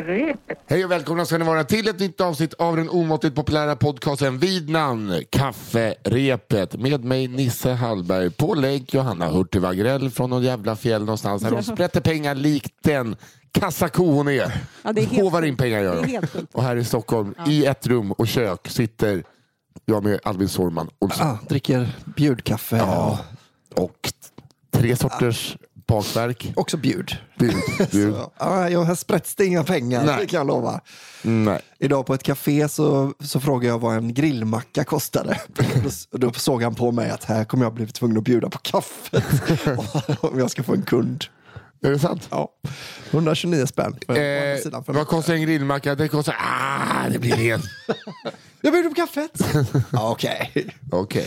Kafferepet. Hej och välkomna ska ni vara till ett nytt avsnitt av den omåttligt populära podcasten vid namn Kafferepet. Med mig Nisse Hallberg, på lägg Johanna Hurtig Wagrell från någon jävla fjäll någonstans. Här de sprätter pengar likt den kassako hon är. Ja, det är helt Hovar in pengar gör de. Och här i Stockholm, i ett rum och kök, sitter jag med Albin Sårman Olsson. Dricker bjudkaffe. Ja. Och 3 sorters bakverk. Också bjud. Bjud. Jag sprätts det inga pengar, Nej. det kan jag lova. Nej. Idag på ett café så frågade jag vad en grillmacka kostade. Och då såg han på mig att här kommer jag bli tvungen att bjuda på kaffet om jag ska få en kund. Är det sant? Ja, 129 spänn. Vad kostar en grillmacka? Det kostar... det blir rent. Jag bjuder på kaffet. Okej.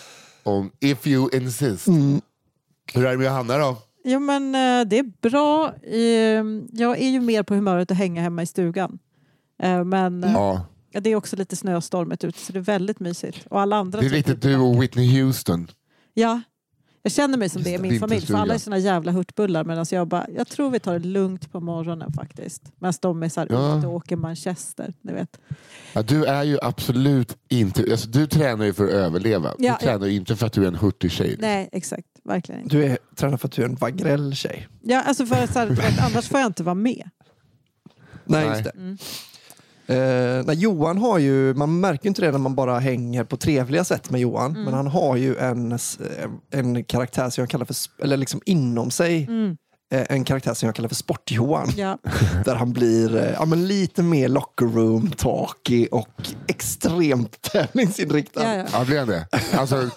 If you insist. Hur är det med Johanna då? Jo, men det är bra. Jag är ju mer på humöret att hänga hemma i stugan. Men det är också lite snöstormigt ute, så det är väldigt mysigt. Och alla andra... Det är lite du och Whitney Houston. Ja, jag känner mig som det är min familj. För alla är såna jävla hurtbullar. Medan jag tror vi tar det lugnt på morgonen faktiskt. Medan de är så här ute och åker Manchester, ni vet. Ja, du är ju absolut inte... Alltså, du tränar ju för att överleva. Du tränar ju inte för att du är en hurtig tjej. Liksom. Nej, exakt. Verkligen inte. Du tränar för att du är en Wagrell-tjej. Ja, alltså för att annars får jag inte vara med. Nej, just det. Johan har ju, man märker ju inte det när man bara hänger på trevliga sätt med Johan, men han har ju en karaktär som jag kallar för, eller liksom inom sig en karaktär som jag kallar för Sport-Johan. Ja. Där han blir lite mer locker room talky och extremt tävlingsinriktad. Ja, blir han det? Alltså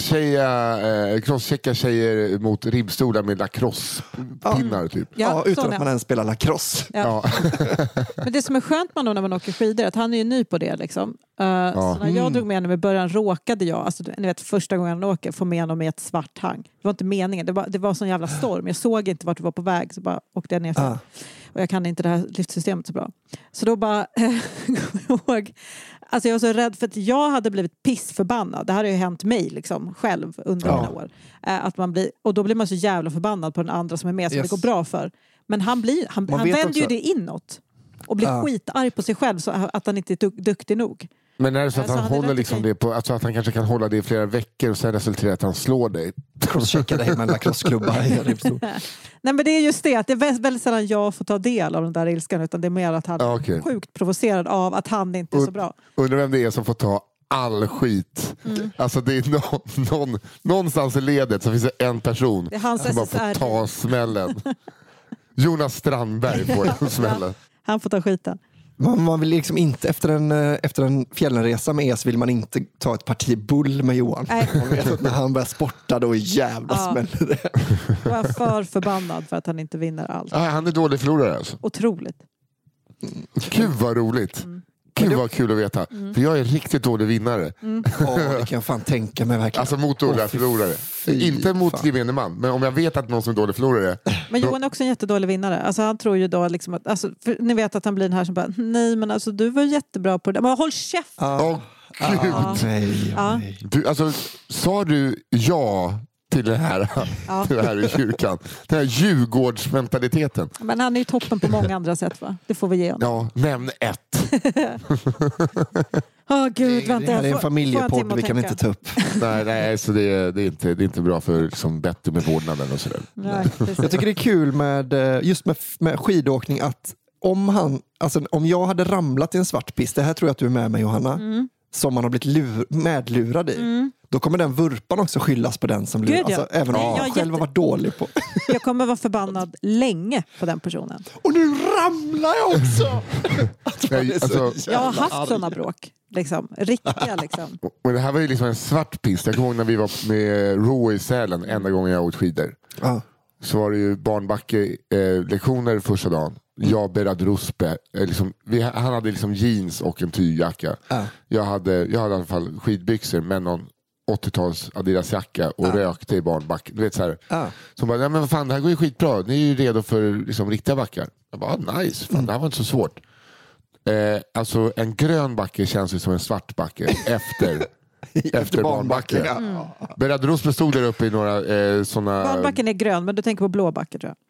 crosschecka tjejer mot ribbstolar med lacrosse-pinnar typ. Ja, utan att man ens spelar lacrosse. Ja. Men det som är skönt man då när man åker skidor, att han är ju ny på det liksom. Så när jag drog med honom i början råkade jag, alltså ni vet första gången han åker, få med honom i ett svart hang. Det var inte meningen, det var sån jävla storm. Jag såg inte vart du var på väg, så bara åkte jag ner för. Och jag kan inte det här lyftsystemet så bra. Så då bara ihåg, alltså jag var så rädd för att jag hade blivit pissförbannad. Det här har ju hänt mig liksom själv under några år. Att man blir, och då blir man så jävla förbannad på den andra som är med, som det går bra för. Men han vänder ju det inåt. Och blir skitarg på sig själv, så att han inte är duktig nog. Men är det så att han håller liksom det på, alltså att han kanske kan hålla det i flera veckor och sen resulterar att han slår dig? Crosschecka dig med en lacrosseklubba. Nej, men det är just det, att det är väldigt sällan jag får ta del av den där ilskan, utan det är mer att han är sjukt provocerad av att han inte är så bra. Undrar vem det är som får ta all skit. Alltså det är någonstans i ledet så finns det en person som bara får ta smällen. Jonas Strandberg får smällen. Han får ta skiten. Man vill liksom inte efter en fjällresa med er, så vill man inte ta ett parti bull med Johan. Man vet att när han börjar sporta då jävla smäller det. Jag var för förbannad för att han inte vinner allt. Han är dålig förlorare alltså. Otroligt. Gud vad roligt. Gud vad kul att veta. För jag är en riktigt dålig vinnare. Det kan jag fan tänka mig verkligen. Alltså mot dåliga förlorare. Inte mot gemene man. Men om jag vet att någon som är dålig förlorare. Men Johan är också en jättedålig vinnare. Alltså han tror ju då liksom att, alltså, ni vet att han blir den här som bara, nej men alltså du var jättebra på det. Men håll käften! Nej. Du, alltså, sa du ja till det här i kyrkan? Den här Djurgårdsmentaliteten. Men han är ju toppen på många andra sätt, va? Det får vi ge honom. Ja, nämn ett. Gud, vänta. Det här är en familjepodd, vi kan inte ta upp. Nej, så det är inte bra för liksom, bättre med vårdnaden och sådär. Nej, jag tycker det är kul med skidåkning att om jag hade ramlat i en svart pist, det här tror jag att du är med mig Johanna, som man har blivit medlurad i. Då kommer den vurpan också skyllas på den som blir. Alltså, även om jag själv har varit dålig på. Jag kommer vara förbannad länge på den personen. Och nu ramlar jag också! Jag har haft sådana bråk. Liksom. Riktiga liksom. Och det här var ju liksom en svart pist. Jag kommer ihåg när vi var med Rå i Sälen enda gången jag åt skidor. Så var det ju barnbacke-lektioner första dagen. Jag Berad Ruspe. Han hade liksom jeans och en tygjacka. Jag hade i alla fall skidbyxor med någon 80-tals Adidas-jacka och rökte i barnbacken. Du vet så här. Så bara, nej men vad fan, det här går ju skitbra. Ni är ju redo för liksom riktiga backar. Jag bara, nice. Fan, det här var inte så svårt. Alltså en grön backe känns ju som en svart backe efter barnbacken. Berad Ruspe stod där uppe i några sådana... Barnbacken är grön, men du tänker på blå backe tror jag.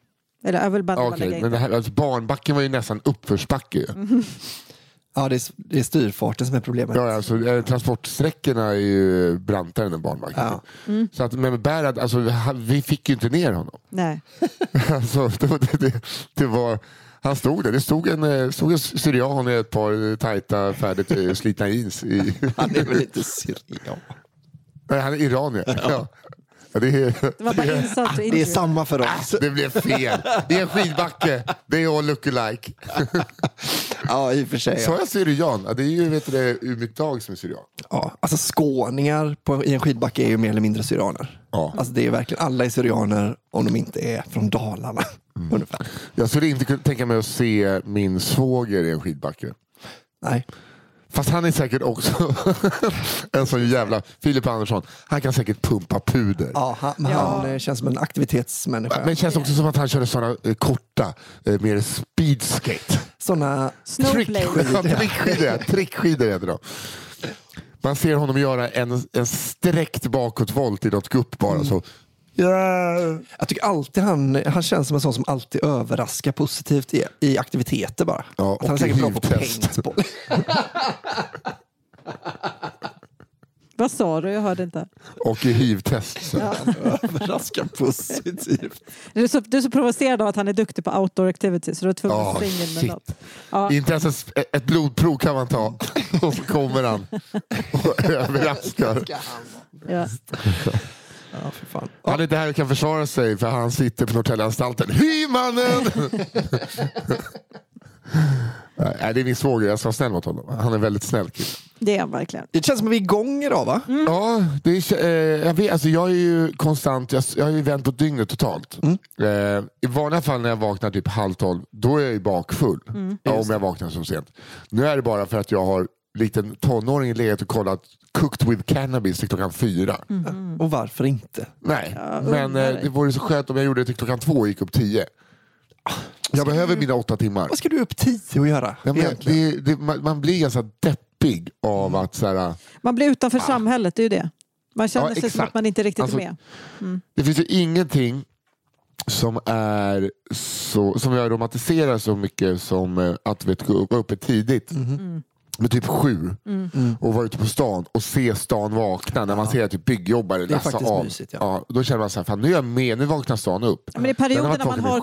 Eller jag vill bara Okej, men det här, alltså, barnbacken var ju nästan uppförsbacke. Ja, det är styrfarten som är problemet. Ja, alltså, transportsträckorna är ju brantare än barnbacken. Ja. Så att, men Berhad, alltså, vi fick ju inte ner honom. Nej. Alltså, det var... Han stod där. Det stod en syrian i ett par tajta, färdigt slitna jeans. Han är väl inte syrian? Nej, han är iranier. Ja. Ja, det var bara insatt. Det är samma för oss. Det blev fel. Det är en skidbacke. Det är all look alike. Ja, i och för sig. Så jag syrian. Ja, det är ju mitt dag som är syrian. Ja, alltså skåningar i en skidbacke är ju mer eller mindre syrianer. Ja. Alltså det är verkligen alla är syrianer om de inte är från Dalarna. Ungefär. Jag skulle inte kunna tänka mig att se min svåger i en skidbacke. Nej. Fast han är säkert också en sån jävla Filip Andersson. Han kan säkert pumpa puder. Ja, han känns som en aktivitetsmänniska. Men det känns också som att han körde såna korta, mer speedskate. Såna trickskidor heter de. Man ser honom göra en sträckt bakåtvolt i något gupp bara så. Yeah. Jag tycker alltid han känns som en sån som alltid överraskar positivt i aktiviteter bara. Ja, att han är säkert bra på paintball. Vad sa du? Jag hörde inte. Och i HIV-test. Ja. Överraskar positivt. Du är så provocerad av att han är duktig på outdoor activities. Så du är tvungen att springa in med något. Ja. Inte ens ett blodprov kan man ta. Och så kommer han och överraskar. Ja. Ja, för fan. Han är inte här och kan försvara sig för han sitter på Norrtäljeanstalten. Hy mannen! Nej, det är min svåger. Jag ska vara snäll mot honom. Han är väldigt snäll kille. Det är han verkligen. Det känns som att vi är igång idag, va? Mm. Ja, det är, jag vet, alltså jag är ju konstant. Jag har ju vänt på dygnet totalt. I vanliga fall när jag vaknar typ 11:30, då är jag ju bakfull. Om jag vaknar så sent. Nu är det bara för att jag har liten tonåring legat och kollat Cooked with Cannabis till 4:00. Och varför inte? Nej, men det vore så skönt om jag gjorde det till 2:00 och gick upp 10. Jag behöver mina 8 timmar. Vad ska du upp 10 och göra? Ja, man blir ganska deppig av att så här, man blir utanför samhället, det är ju det. Man känner sig som att man inte riktigt är med. Det finns ju ingenting som är så, som jag romantiserar så mycket som att gå upp tidigt. Med typ 7 och vara ute på stan och se stan vakna när man ser typ byggjobbare läsa av. Mysigt, ja. Då känner man så här, fan, nu är jag med, nu vaknar stan upp. Men i perioden när man har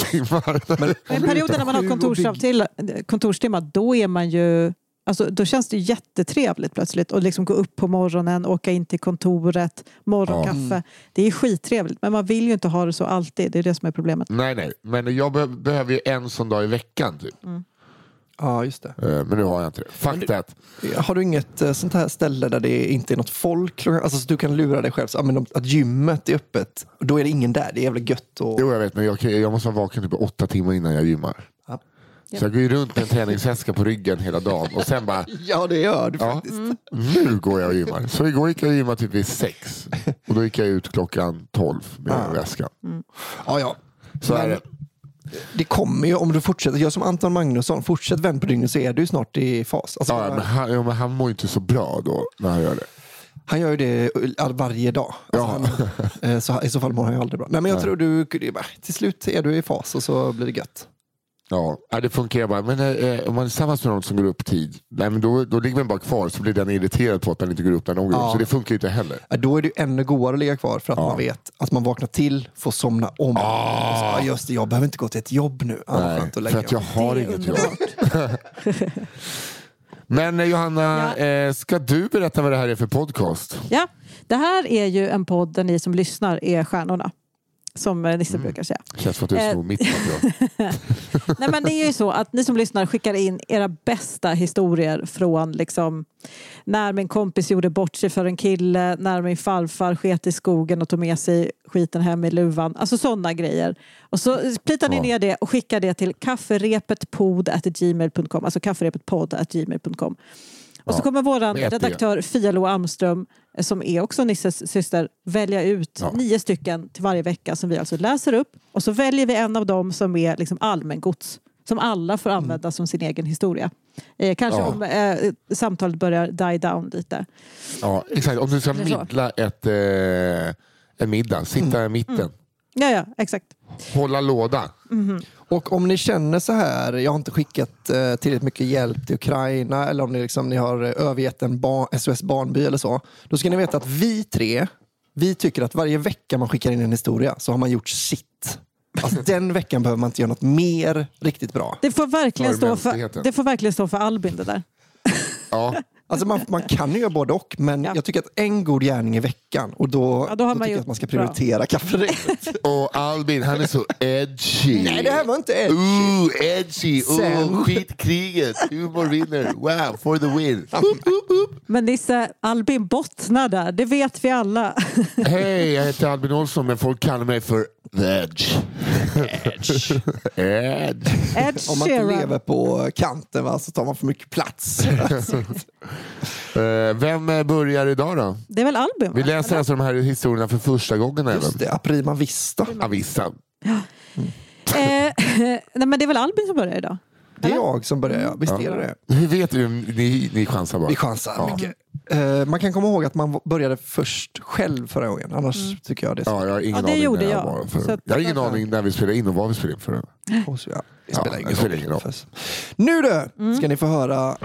kontorstimmar, då är man ju, alltså, då känns det jättetrevligt plötsligt att liksom gå upp på morgonen, åka in till kontoret, morgonkaffe. Det är skittrevligt, men man vill ju inte ha det så alltid. Det är det som är problemet. Nej, men jag behöver ju en sån dag i veckan typ. Ja, just det. Men nu har jag inte det. Fuck that. Har du inget sånt här ställe där det inte är något folk? Alltså så du kan lura dig själv. Så, att gymmet är öppet. Då är det ingen där. Det är jävligt gött. Jo, jag vet. Men jag måste vara vaken typ 8 timmar innan jag gymmar. Ja. Så jag går ju runt med en träningsväska på ryggen hela dagen. Och sen bara... Ja, det gör du faktiskt. Nu går jag och gymmar. Så igår gick jag och gymmar typ vid 6. Och då gick jag ut 12:00 med väskan. Ja. Så är det. Det kommer ju om du fortsätter. Jag som Anton Magnusson, fortsätt vänd på dygnet så är du snart i fas. Alltså, men han mår ju inte så bra då när han gör det. Han gör ju det varje dag. Alltså så i så fall mår han ju aldrig bra. Nej, men jag tror till slut är du i fas och så blir det gött. Ja, det funkar bara. Men om man är tillsammans med någon som går upp tid, men då ligger man bara kvar så blir den irriterad på att man inte går upp när någon går upp. Så det funkar ju inte heller. Då är det ju ännu godare att ligga kvar för att man vet att man vaknar till, får somna om. Så, just det, jag behöver inte gå till ett jobb nu. Nej, för att jag har inget jobb. Men Johanna, ska du berätta vad det här är för podcast? Ja, det här är ju en podd där ni som lyssnar är stjärnorna. Som Nisse brukar säga. Känns som att du är mitt material. Nej, men det är ju så att ni som lyssnar skickar in era bästa historier från liksom, när min kompis gjorde bort sig för en kille, när min farfar sket i skogen och tog med sig skiten hem i luvan. Alltså sådana grejer. Och så plitar ni ner det och skickar det till kafferepetpodd@gmail.com. Alltså kafferepetpodd@gmail.com. Och så kommer vår redaktör Fia-Lo Almström, som är också Nisses syster, välja ut 9 stycken till varje vecka som vi alltså läser upp. Och så väljer vi en av dem som är liksom allmängods. Som alla får använda som sin egen historia. Kanske om samtalet börjar die down lite. Ja, exakt. Om du ska middla en middag, sitta i mitten. Ja, exakt. Hålla låda. Mm-hmm. Och om ni känner så här, jag har inte skickat tillräckligt mycket hjälp till Ukraina, eller om ni har övergett en SOS Barnby eller så, då ska ni veta att vi tycker att varje vecka man skickar in en historia så har man gjort sitt. Alltså den veckan behöver man inte göra något mer riktigt bra. Det får verkligen stå för Albin det där. Ja. Alltså man kan ju göra både och, men jag tycker att en god gärning i veckan, och då tycker jag att man ska prioritera kafferepet. Och Albin, han är så edgy. Nej, det här var inte edgy. Edgy. Skitkriget. Humor vinner. Wow, for the win. Men Nisse, Albin bottnar där. Det vet vi alla. Hej, jag heter Albin Olsson, men folk kallar mig för Edge. Om man inte lever på kanten, så tar man för mycket plats. Vem börjar idag då? Det är väl Albin? Vi läser alltså de här historierna för första gången. Just det, Aprima Vista. Avista. Nej, men det är väl Albin som börjar idag? Det är jag som börjar, ja. Visst är det. Hur vet du? Ni chansar bara. Vi chansar mycket. Man kan komma ihåg att man började först själv förra gången. Annars tycker jag det är så. Ja, jag har ingen det aning gjorde jag har ingen aning när vi spelade in och vad vi spelade in för. Det spelar ingen roll. Nu då ska ni få höra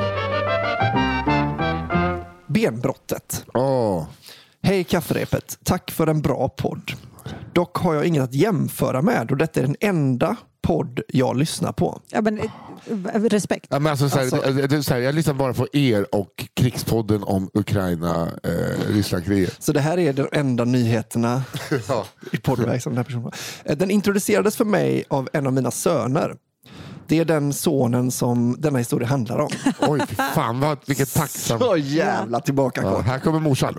benbrottet. Hej kafferepet, tack för en bra podd. Dock har jag inget att jämföra med, och detta är den enda podd jag lyssnar på. Ja, men respekt. Ja, men jag lyssnar bara på er och krigspodden om Ukraina, Rysslandkriget. Så det här är de enda nyheterna i poddväg som den här personen. Den introducerades för mig av en av mina söner. Det är den sonen som denna historia handlar om. Oj, fan vilket tacksam. Så jävla tillbaka. Ja, här kommer morsan.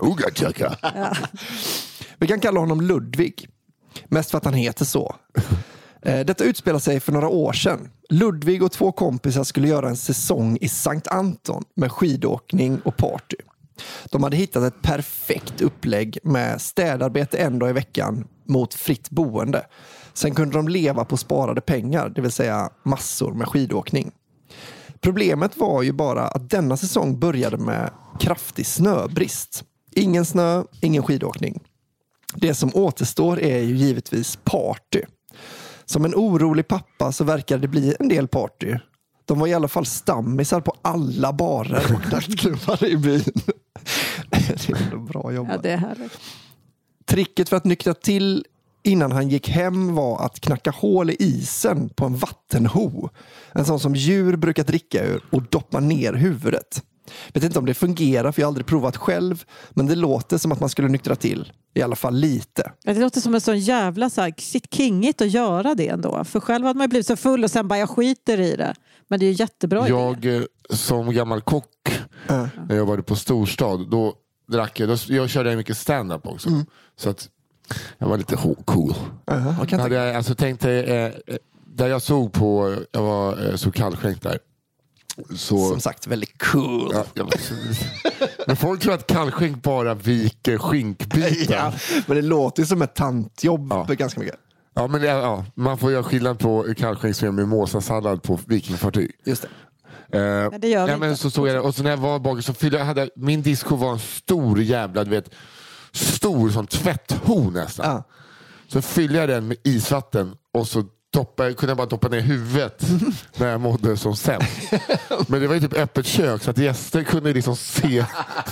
Vi kan kalla honom Ludvig. Mest för att han heter så. Detta utspelar sig för några år sedan. Ludvig och 2 kompisar skulle göra en säsong i Sankt Anton med skidåkning och party. De hade hittat ett perfekt upplägg med städarbete en dag i veckan mot fritt boende. Sen kunde de leva på sparade pengar, det vill säga massor med skidåkning. Problemet var ju bara att denna säsong började med kraftig snöbrist. Ingen snö, ingen skidåkning. Det som återstår är ju givetvis party. Som en orolig pappa så verkar det bli en del party. De var i alla fall stammisar på alla barer och nattklubbar i byn. Det är ändå bra jobbat. Ja, det är härligt. Tricket för att nyktra till innan han gick hem var att knacka hål i isen på en vattenho. En sån som djur brukar dricka ur, och doppa ner huvudet. Vet inte om det fungerar, för jag har aldrig provat själv, men det låter som att man skulle nyktra till. I alla fall lite. Det låter som en sån jävla kingigt att göra det ändå. För själv hade man blivit så full och sen bara jag skiter i det. Men det är ju jättebra idé. Jag som gammal kock när jag jobbade på storstad, då drack jag körde mycket stand-up också. Så att jag var lite cool. Hade jag alltså tänkte där jag såg på, jag var så kallskänkt där. Så, som sagt, väldigt cool. Men folk tror att kallskänk bara viker skinkbitar. Ja, men det låter ju som ett tantjobb ganska mycket. Ja, men man får göra skillnad på kallskänk som är mimosasallad på vikingfartyg. Just det. Men det gör vi men så såg jag det. Och så när jag var bak så min disco var en stor jävla, stor som tvättho nästan. Så fyllde jag den med isvatten och så kunde jag bara doppa ner huvudet när jag mådde som sämst. Men det var ju typ öppet kök så att gäster kunde liksom se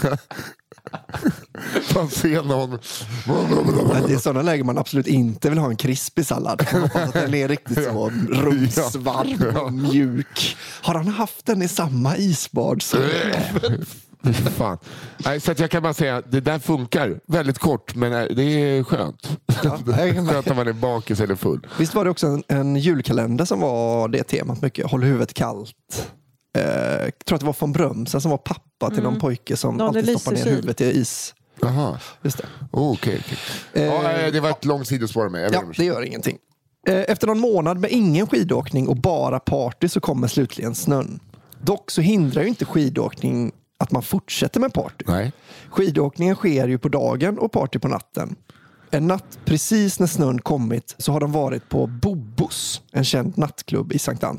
någon. Det är sådana lägen man absolut inte vill ha en krispig sallad. Att den är riktigt så rumsvarm och mjuk. Har han haft den i samma isbad? Fan. Nej, så att jag kan bara säga det där funkar väldigt kort, men det är skönt. Skönt när man är bakis eller full. Visst var det också en julkalender som var det temat mycket. Håll huvudet kallt. Jag tror att det var von Brömsen som var pappa till någon pojke som alltid stoppar ner huvudet i is. Jaha. Just det. Okej. Det var ett långt sidospår med. Ja, det gör ingenting. Efter någon månad med ingen skidåkning och bara party så kommer slutligen snön. Dock så hindrar ju inte skidåkning att man fortsätter med party. Nej. Skidåkningen sker ju på dagen och party på natten. En natt precis när snön kommit så har de varit på Bobos, en känd nattklubb i Sankt Anton.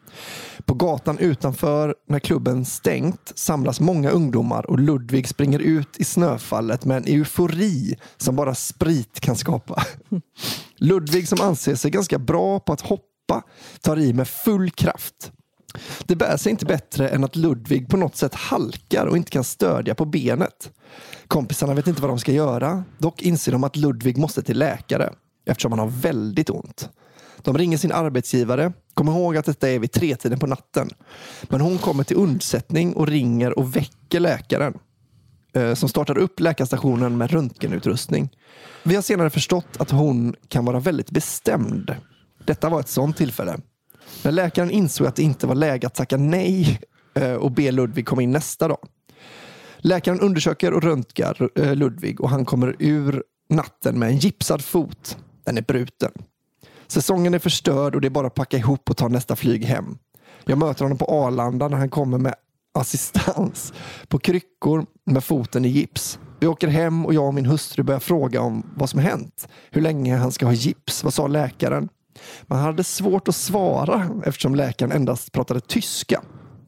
På gatan utanför, när klubben stängt, samlas många ungdomar och Ludvig springer ut i snöfallet med en eufori som bara sprit kan skapa. Ludvig, som anser sig ganska bra på att hoppa, tar i med full kraft. Det bär sig inte bättre än att Ludvig på något sätt halkar och inte kan stödja på benet. Kompisarna vet inte vad de ska göra. Dock inser de att Ludvig måste till läkare eftersom han har väldigt ont. De ringer sin arbetsgivare. Kom ihåg att detta är vid 3-tiden på natten. Men hon kommer till undsättning och ringer och väcker läkaren. Som startar upp läkarstationen med röntgenutrustning. Vi har senare förstått att hon kan vara väldigt bestämd. Detta var ett sådant tillfälle. När läkaren insåg att det inte var läge att tacka nej och be Ludvig komma in nästa dag. Läkaren undersöker och röntgar Ludvig och han kommer ur natten med en gipsad fot. Den är bruten. Säsongen är förstörd och det är bara att packa ihop och ta nästa flyg hem. Jag möter honom på Arlanda när han kommer med assistans på kryckor med foten i gips. Vi åker hem och jag och min hustru börjar fråga om vad som har hänt. Hur länge han ska ha gips. Vad sa läkaren? Man hade svårt att svara eftersom läkaren endast pratade tyska.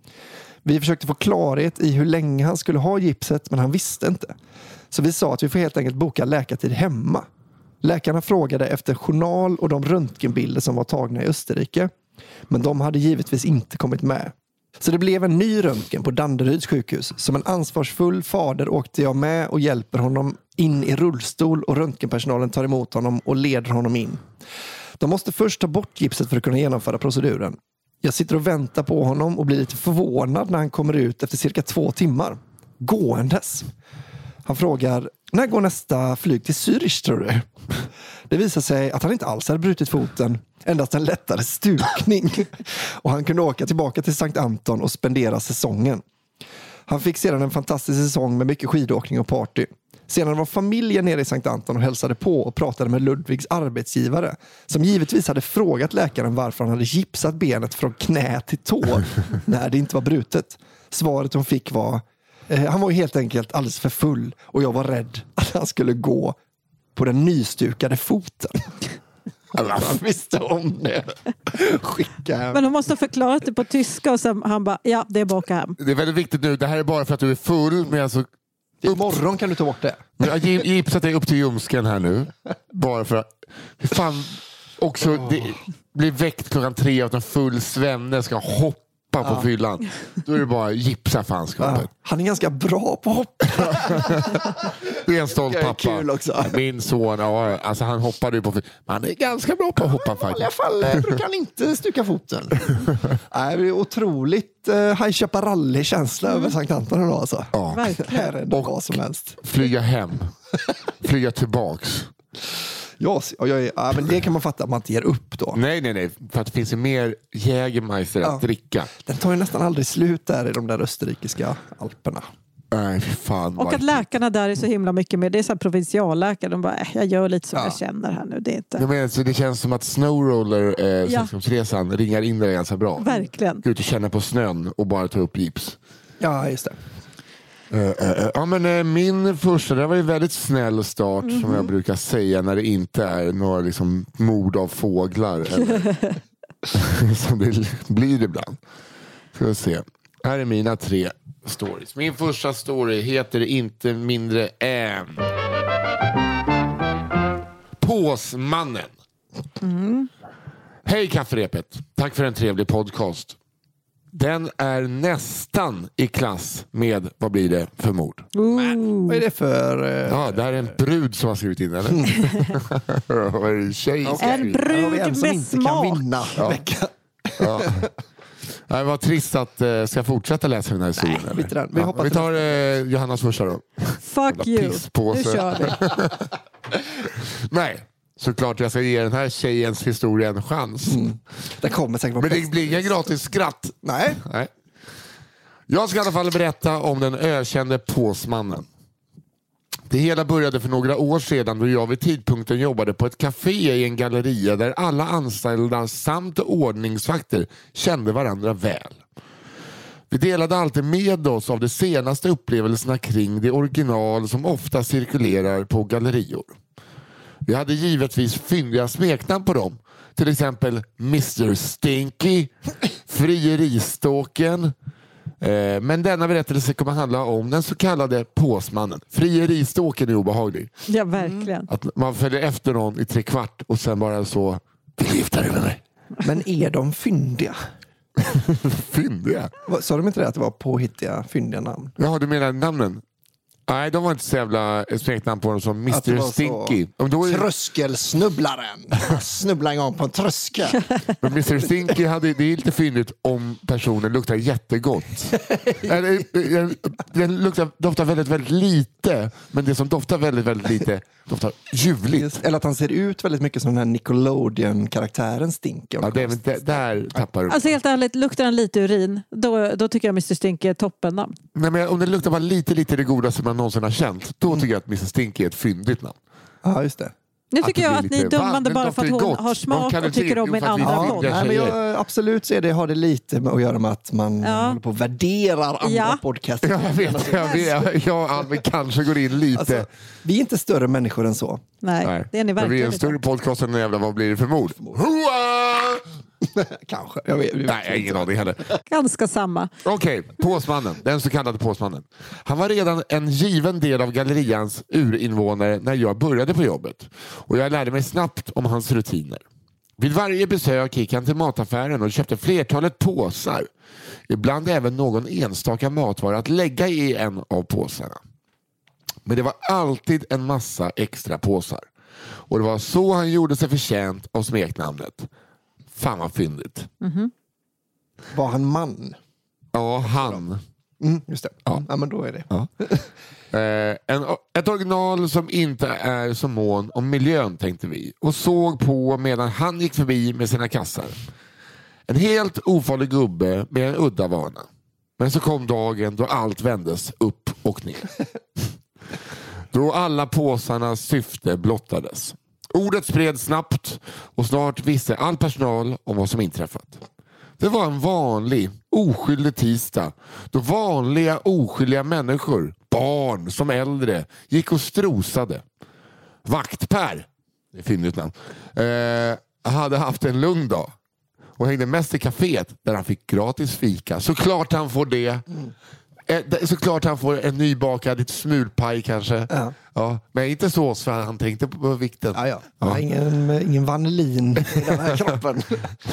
Vi försökte få klarhet i hur länge han skulle ha gipset, men han visste inte. Så vi sa att vi får helt enkelt boka läkartid hemma. Läkarna frågade efter journal och de röntgenbilder som var tagna i Österrike. Men de hade givetvis inte kommit med. Så det blev en ny röntgen på Danderyds sjukhus. Som en ansvarsfull fader åkte jag med och hjälper honom in i rullstol och röntgenpersonalen tar emot honom och leder honom in. De måste först ta bort gipset för att kunna genomföra proceduren. Jag sitter och väntar på honom och blir lite förvånad när han kommer ut efter cirka 2 timmar. Gåendes. Han frågar, när går nästa flyg till Zürich tror du? Det visar sig att han inte alls hade brutit foten. Endast en lättare stukning. Och han kunde åka tillbaka till Sankt Anton och spendera säsongen. Han fick sedan en fantastisk säsong med mycket skidåkning och party. Sedan var familjen nere i Sankt Anton och hälsade på och pratade med Ludvigs arbetsgivare. Som givetvis hade frågat läkaren varför han hade gipsat benet från knä till tå när det inte var brutet. Svaret hon fick var, han var helt enkelt alldeles för full och jag var rädd att han skulle gå på den nystukade foten. Han visste om det. Skicka hem. Men de måste ha förklarat det på tyska och sen han bara, ja det är bara att åka hem. Det är väldigt viktigt nu, det här är bara för att du är full, men alltså imorgon kan du ta bort det. Gipsat är upp till ljumsken här nu. Bara för att fan också det blir väckt klockan 3 att en full svenne ska hoppa på fyllan. Då är det bara gipsa fanskapet. Han är ganska bra på att hoppa. Det är en stolt pappa. Kul också. Min son, alltså han hoppade ju på fyllan. Han är ganska bra på att hoppa faktiskt. I alla fall brukar han inte stuka foten. Det är otroligt High Chaparral-känsla över Sankt Anton idag alltså. Ja. Här är det vad som helst. Flyga hem. Flyga tillbaks. Ja, men det kan man fatta att man inte ger upp då. Nej. För att det finns ju mer Jägermeister att dricka. Den tar ju nästan aldrig slut där i de där österrikiska alperna. Nej, fan. Och att läkarna där är så himla mycket med. Det är så här provinsialläkare. De bara, jag gör lite som jag känner här nu. Det är inte... Jag menar, så det känns som att Snowroller, som Tresan, ringar in det ganska bra. Verkligen. Gå ut och känna på snön och bara ta upp gips. Ja, just det. Min första, det var ju väldigt snäll start som jag brukar säga när det inte är några liksom mord av fåglar eller, som det blir ibland. Ska vi se. Här är mina 3 stories. Min första story heter inte mindre än Påsmannen. Hej kafferepet. Tack för en trevlig podcast. Den är nästan i klass med, vad blir det för mord? Men, vad är det för... Ja, det här är en brud som har skrivit in, eller? En tjej. En brud med som inte smak. kan vinna veckan. Ja. Det var trist att ska jag fortsätta läsa den här historien. Nej, vi tar Johannas första då. Fuck you. Nu kör vi. Nej. Såklart jag ska ge den här tjejens historia en chans. Det kommer säkert vara. Men det blir inga gratis skratt. Nej. Jag ska i alla fall berätta om den ökände Påsmannen. Det hela började för några år sedan då jag vid tidpunkten jobbade på ett café i en galleria där alla anställda samt ordningsvakter kände varandra väl. Vi delade alltid med oss av de senaste upplevelserna kring det original som ofta cirkulerar på gallerior. Vi hade givetvis fyndiga smeknamn på dem. Till exempel Mr. Stinky Frieriståken. Men denna berättelse kommer handla om den så kallade påsmannen. Frieriståken är obehaglig. Ja, verkligen. Att man följer efter någon i 3/4 och sen bara så, vill du gifta dig med mig? Men är de fyndiga? Fyndiga? Sa de inte det att det var påhittiga, fyndiga namn? Ja, du menar namnen? Nej, de var inte så jävla smeknamn på dem som Mr. Stinky. Tröskelsnubblaren. Snubbla en gång på en tröskel. Men Mr. Stinky det är lite fyndigt om personen luktar jättegott. Den doftar väldigt, väldigt lite. Men det som doftar väldigt, väldigt lite doftar ljuvligt. Eller att han ser ut väldigt mycket som den här Nickelodeon-karaktären Stinky. Ja, där tappar du. Alltså helt ärligt, luktar han lite urin, då tycker jag Mr. Stinky är toppennamn. Nej, men om det luktar bara lite det godaste man någonsin har känt, då tycker jag att Mr. Stinky är ett fyndigt namn. Ja, just det. Nu tycker jag att ni är dömande bara för att hon har smak och tycker om en andra podd. Nej, men absolut så har det lite med att göra med att man håller på och värderar andra podcaster. Jag kanske går in lite. Alltså, vi är inte större människor än så. Nej. Det är ni verkligen. Men vi är en större podcast än jävla vad blir det för mord? Kanske. Nej, jag har ingen aning heller. Ganska samma. Okej, påsmannen. Den så kallade påsmannen. Han var redan en given del av gallerians urinvånare när jag började på jobbet. Och jag lärde mig snabbt om hans rutiner. Vid varje besök gick han till mataffären och köpte flertalet påsar. Ibland även någon enstaka matvara att lägga i en av påsarna. Men det var alltid en massa extra påsar. Och det var så han gjorde sig förtjänt av smeknamnet. Fan vad fyndigt. Mm-hmm. Var han man? Ja, han. Just det. Ja, men då är det. Ja. Ett original som inte är så mån om miljön, tänkte vi. Och såg på medan han gick förbi med sina kassar. En helt ofarlig gubbe med en udda vana. Men så kom dagen då allt vändes upp och ner. Då alla påsarnas syfte blottades. Ordet spreds snabbt och snart visste all personal om vad som inträffat. Det var en vanlig, oskyldig tisdag då vanliga, oskyldiga människor, barn som äldre, gick och strosade. Vaktper, det är fyndigt namn, hade haft en lugn dag och hängde mest i kaféet där han fick gratis fika. Såklart han får det. Såklart han får en nybakad smulpaj kanske. Ja, men inte så han tänkte på vikten. Ja. Ingen vanillin i den här kroppen.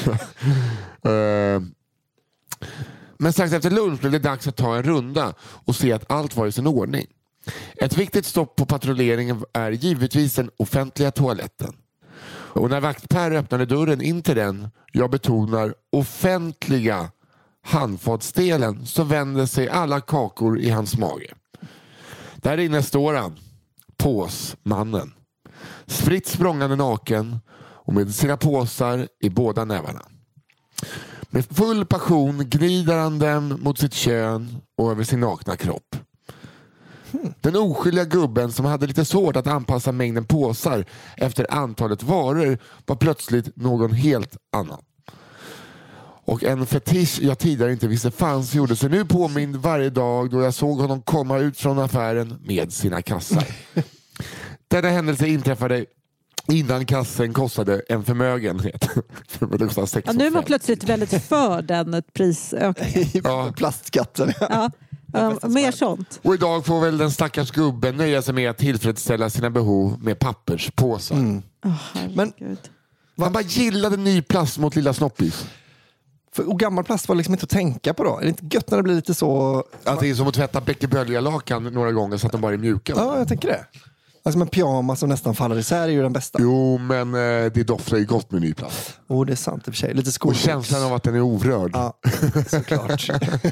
Men strax efter lunch blev det dags att ta en runda och se att allt var i sin ordning. Ett viktigt stopp på patrulleringen är givetvis den offentliga toaletten. Och när vaktpär öppnade dörren in till den, jag betonar offentliga handfatsdelen, så vände sig alla kakor i hans mage. Där inne står han, påsmannen. Spritt språngande naken och med sina påsar i båda nävarna. Med full passion glider han dem mot sitt kön och över sin nakna kropp. Den oskyldiga gubben som hade lite svårt att anpassa mängden påsar efter antalet varor var plötsligt någon helt annan. Och en fetisch jag tidigare inte visste fanns gjorde sig nu påmind varje dag då jag såg honom komma ut från affären med sina kassar. Denna händelse inträffade innan kassen kostade en förmögenhet. Nu är man plötsligt väldigt för den prisökningen. Plastskatten. Mer sånt. Och idag får väl den stackars gubben nöja sig med att tillfredsställa sina behov med papperspåsar. Men man bara gillade ny plast mot lilla snoppis. Och gammal plast var liksom inte att tänka på då. Är det inte gött när det blir lite så... Att det är som att tvätta bäckebölja-lakan några gånger så att de bara är mjuka. Ja, jag tänker det. Alltså med pyjamas som nästan faller isär är ju den bästa. Jo, men det doftar ju gott med ny plast. Det är sant i och för sig. Lite och känslan av att den är orörd. Ja, såklart.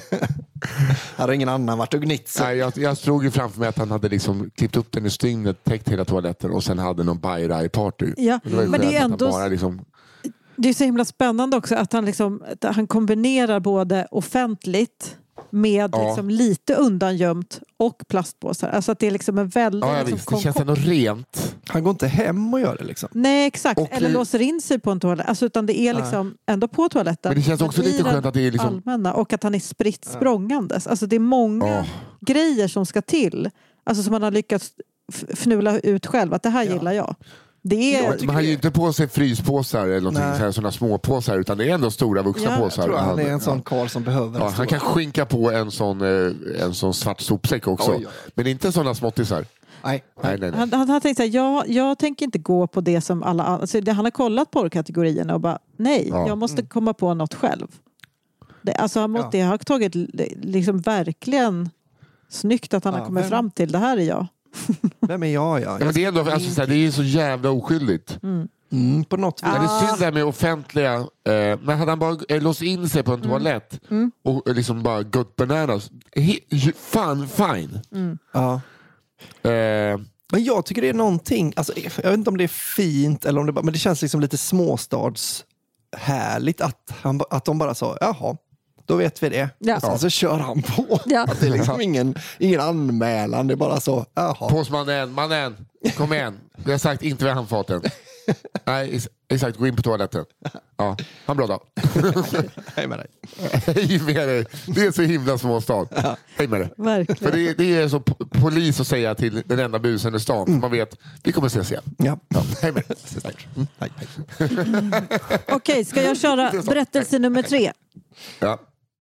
Här har ingen annan varit och gnitt. Nej, jag såg ju framför mig att han hade liksom klippt upp den i stygnet, täckt hela toaletten och sen hade någon bajraj-party. Ja, men det är ändå... Bara liksom... Det är så himla spännande också att han kombinerar både offentligt med liksom lite undangömt och plastpåsar. Alltså att det är liksom en väldigt... visst, det känns ändå rent. Han går inte hem och gör det liksom. Nej, exakt. Eller låser in sig på en toalett. Alltså, utan det är liksom ändå på toaletten. Men det känns också lite skönt att det är liksom... allmänna och att han är spritt språngandes. Alltså det är många grejer som ska till. Alltså som man har lyckats fnula ut själv. Att det här gillar jag. Man har ju inte på sig fryspåsar eller någonting, sådana små påsar, utan det är ändå stora vuxna påsar. Jag tror han är en sån karl som behöver. Han kan skinka på en sån svart sopsäck också. Oj. Men inte sådana småttisar. Nej. Han tänkte så här, jag tänker inte gå på det som alla andra. Alltså, han har kollat på kategorierna och bara, jag måste komma på något själv. Han måste ha tagit liksom verkligen snyggt att han har kommit fram till det här är jag. Vem är jag? Men det är ändå, det är så jävla oskyldigt. På något vis. Det är synd där med offentliga. Men hade han bara låst in sig på en toalett och liksom bara gått bananas. Fine. Ja. Men jag tycker det är någonting, alltså, jag vet inte om det är fint eller om det bara, men det känns liksom lite småstads härligt att de bara sa, jaha, då vet vi det. Ja. Och sen så kör han på. Ja. Att det är liksom ingen anmälan, det är bara så, jaha. Mannen, kom igen. Vi har sagt inte vid handfaten. Nej, exakt, gå in på toaletten. Ja, ha en bra dag. Hej med dig. Hej med dig. Det är så himla småstad. Hej med dig. Verkligen. För det är så polis att säga till den enda busen i stan. För man vet, vi kommer ses igen. Ja. Hej med dig. Hej. Okej, ska jag köra berättelse nummer 3? Ja.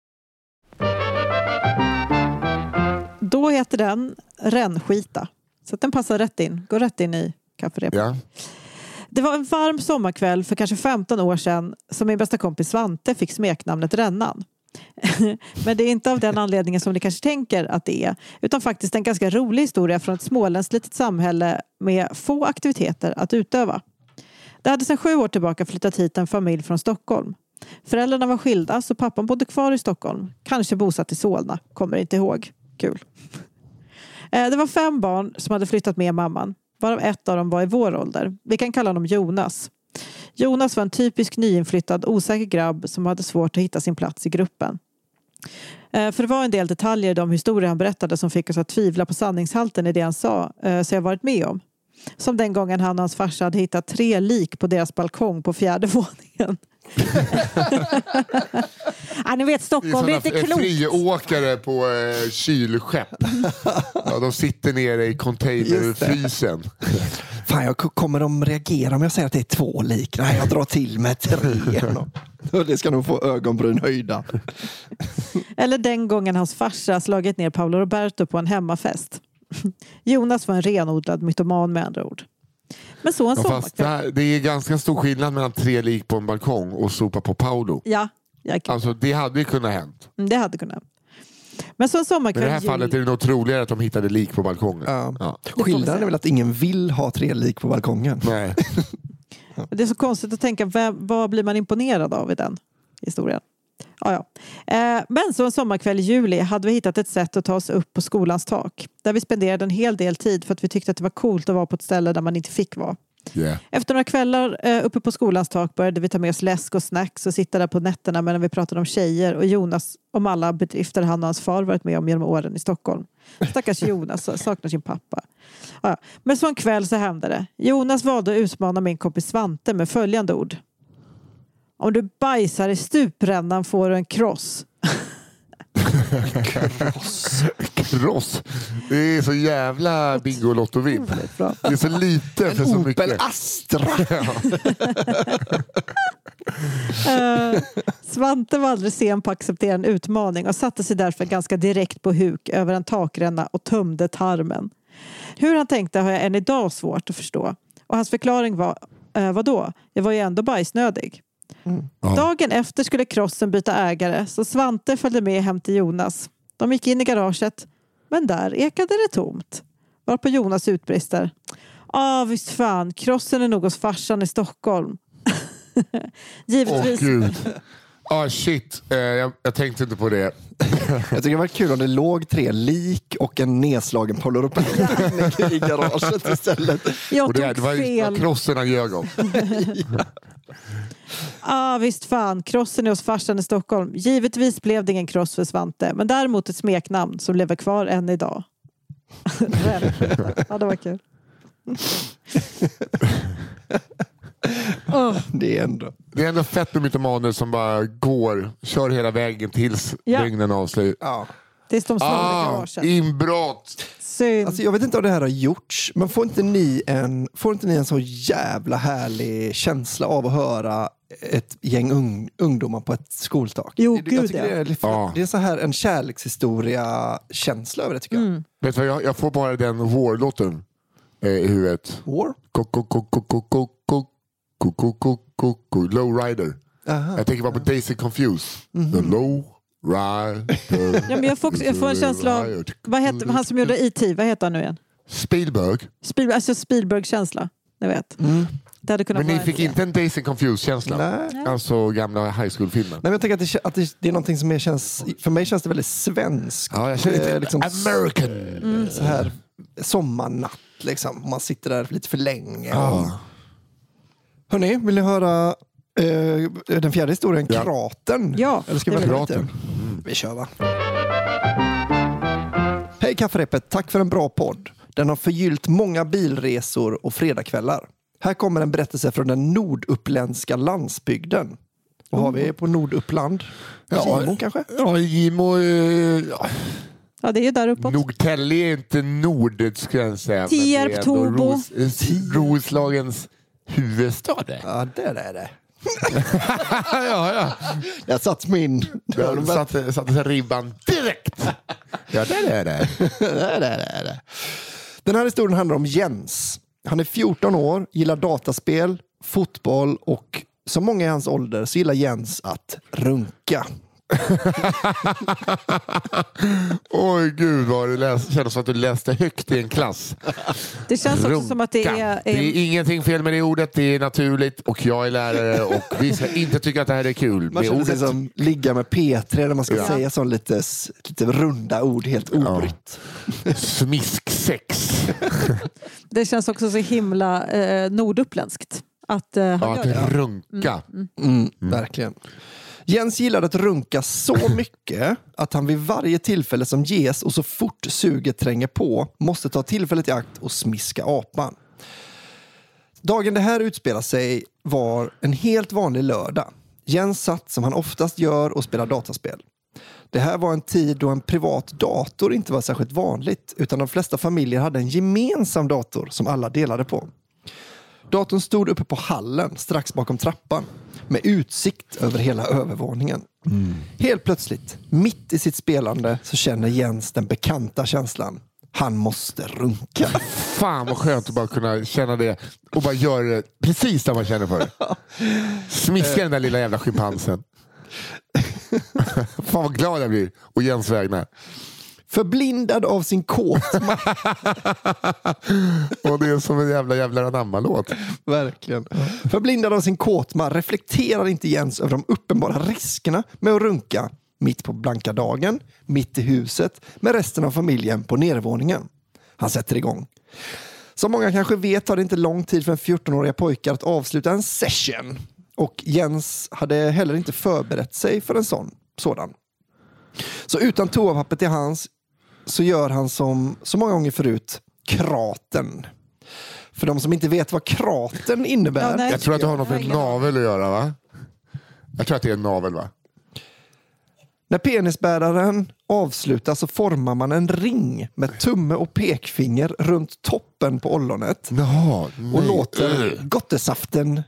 Då heter den Rännskita. Så att den passar rätt in. Går rätt in i kafferepet. Ja. Det var en varm sommarkväll för kanske 15 år sedan som min bästa kompis Svante fick smeknamnet Rännan. Men det är inte av den anledningen som ni kanske tänker att det är, utan faktiskt en ganska rolig historia från ett småländskt litet samhälle med få aktiviteter att utöva. Det hade sedan 7 år tillbaka flyttat hit en familj från Stockholm. Föräldrarna var skilda så pappan bodde kvar i Stockholm. Kanske bosatt i Solna, kommer inte ihåg. Kul. Det var 5 barn som hade flyttat med mamman. Varav ett av dem var i vår ålder. Vi kan kalla honom Jonas. Jonas var en typisk nyinflyttad osäker grabb som hade svårt att hitta sin plats i gruppen. För det var en del detaljer i de historier han berättade som fick oss att tvivla på sanningshalten i det han sa, så jag varit med om. Som den gången han och hans farsa hade hittat 3 lik på deras balkong på 4:e våningen. Ni vet Stockholm, det är inte klokt. Friåkare på kylskepp. Ja, de sitter nere i containerfrysen. Fan, kommer de reagera om jag säger att det är 2 lik? Nej, jag drar till med 3. Det ska nog få ögonbryn höjda. Eller den gången hans farsa slagit ner Paolo Roberto på en hemmafest. Jonas var en renodlad mytoman med andra ord. Men så en sommarkväll. Det är ganska stor skillnad mellan 3 lik på en balkong och sopa på Paolo. Ja. Alltså det hade ju kunnat hänt. Det hade kunnat. Men så en sommarkväll. Men i det här fallet är det nog troligare att de hittade lik på balkongen. Ja. Skillnaden är väl att ingen vill ha 3 lik på balkongen. Nej. Det är så konstigt att tänka, vad blir man imponerad av i den historien? Ja. Men så en sommarkväll i juli hade vi hittat ett sätt att ta oss upp på skolans tak. Där vi spenderade en hel del tid för att vi tyckte att det var coolt att vara på ett ställe där man inte fick vara. Yeah. Efter några kvällar uppe på skolans tak började vi ta med oss läsk och snacks och sitta där på nätterna medan vi pratade om tjejer och Jonas om alla bedrifter han och hans far varit med om genom åren i Stockholm. Stackars Jonas saknar sin pappa. Ja. Men så en kväll så hände det. Jonas valde att utmana min kompis Svante med följande ord. Om du bajsar i stuprännan får du en kross. Kross. Det är så jävla Bingolotto-vinn. Det är så lite för så mycket. Opel Astra. Svante var aldrig sen på att acceptera en utmaning och satte sig därför ganska direkt på huk över en takränna och tömde tarmen. Hur han tänkte har jag än idag svårt att förstå. Och hans förklaring var, vadå? Jag var ju ändå bajsnödig. Dagen efter skulle krossen byta ägare så Svante följde med hem till Jonas. De gick in i garaget men där ekade det tomt. Varpå Jonas utbrister. Visst fan, krossen är nog hos farsan i Stockholm. Givetvis. Gud. Shit, jag tänkte inte på det. Jag tycker det var kul om det låg 3 lik och en nedslagen Paolo Roberto i garaget istället. Jag tog det var fel. Krosserna ljög om. Visst fan, krossen är hos farsan i Stockholm. Givetvis blev det ingen kross för Svante, men däremot ett smeknamn som lever kvar än idag. Ja, det var kul. Det är ändå fett med mytomaner som bara kör hela vägen tills lögnen avslöjar. Ja. Det är de snarare garaget. Inbrott! Alltså, jag vet inte om det här har gjorts, men får inte ni en så jävla härlig känsla av att höra ett gäng ungdomar på ett skoltak? Jo, jag gud, det är så här en kärlekshistoria-känsla över det, tycker jag. Vet du vad, jag får bara den War-låten i huvudet. War? Lowrider. Jag tänker bara på Daisy Confused. The Low Rider. Ja, men jag får en känsla av, vad heter han som gjorde E.T., vad heter han nu igen? Spielberg. Alltså Spielberg-känsla, jag vet. Det hade kunnat Men ni fick inte en Daisy Confused-känsla? Nej. Alltså gamla high school-filmen. Nej, men jag tänker att det är någonting som känns, för mig känns det väldigt svenskt. Ja, jag känner lite liksom, American. Så här sommarnatt liksom. Man sitter där lite för länge. Hörrni, vill ni höra den fjärde historien, Kraten? Ja, eller ska vi Kraten. Vi kör, va? Hej Kafferepet, tack för en bra podd. Den har förgyllt många bilresor och fredagskvällar. Här kommer en berättelse från den norduppländska landsbygden. Vad har vi på Norduppland? Gimo kanske? Ja, Gimo... Ja, det är ju där uppåt. Nordtälle är inte nordet, skulle jag säga. Tierp, Tobo. Roslagens huvudstad. Ja, det är det. ja. Jag satt min... Satte ribban direkt. Ja, det är det. det. Den här historien handlar om Jens. Han är 14 år, gillar dataspel, fotboll och som många i hans ålder så gillar Jens att runka. Oj gud vad det kändes som att du läste högt i en klass. Det känns också som att det är... Det är ingenting fel med det ordet, det är naturligt och jag är lärare och vi ska inte tycka att det här är kul. Man känner sig som ligga med P3 när man ska säga så lite runda ord helt obrytt. Smisksex. Det känns också så himla norduppländskt. Att runka. Verkligen. Jens gillade att runka så mycket att han vid varje tillfälle som ges och så fort suget tränger på måste ta tillfället i akt och smiska apan. Dagen det här utspelar sig var en helt vanlig lördag. Jens satt som han oftast gör och spelar dataspel. Det här var en tid då en privat dator inte var särskilt vanligt utan de flesta familjer hade en gemensam dator som alla delade på. Datorn stod uppe på hallen strax bakom trappan med utsikt över hela övervåningen. Helt plötsligt, mitt i sitt spelande, så känner Jens den bekanta känslan. Han måste runka. Fan vad skönt att bara kunna känna det och bara göra det precis där man känner för det. Smiska den där lilla jävla schimpansen. Fan vad glad jag blir och Jens vägnar. Förblindad av sin kåtma. Och det är som en jävla anamma-låt. Verkligen. Förblindad av sin kåtma reflekterar inte Jens över de uppenbara riskerna med att runka mitt på blanka dagen, mitt i huset, med resten av familjen på nedervåningen. Han sätter igång. Som många kanske vet tar det inte lång tid för en 14-åriga pojkar att avsluta en session. Och Jens hade heller inte förberett sig för en sådan. Så utan toapapper till hans så gör han som så många gånger förut, kraten. För de som inte vet vad kraten innebär. Jag tror att det har något med navel att göra, va? Jag tror att det är en navel, va? När penisbäraren avslutas så formar man en ring med tumme och pekfinger runt toppen på ollonet. Och låter gottesaften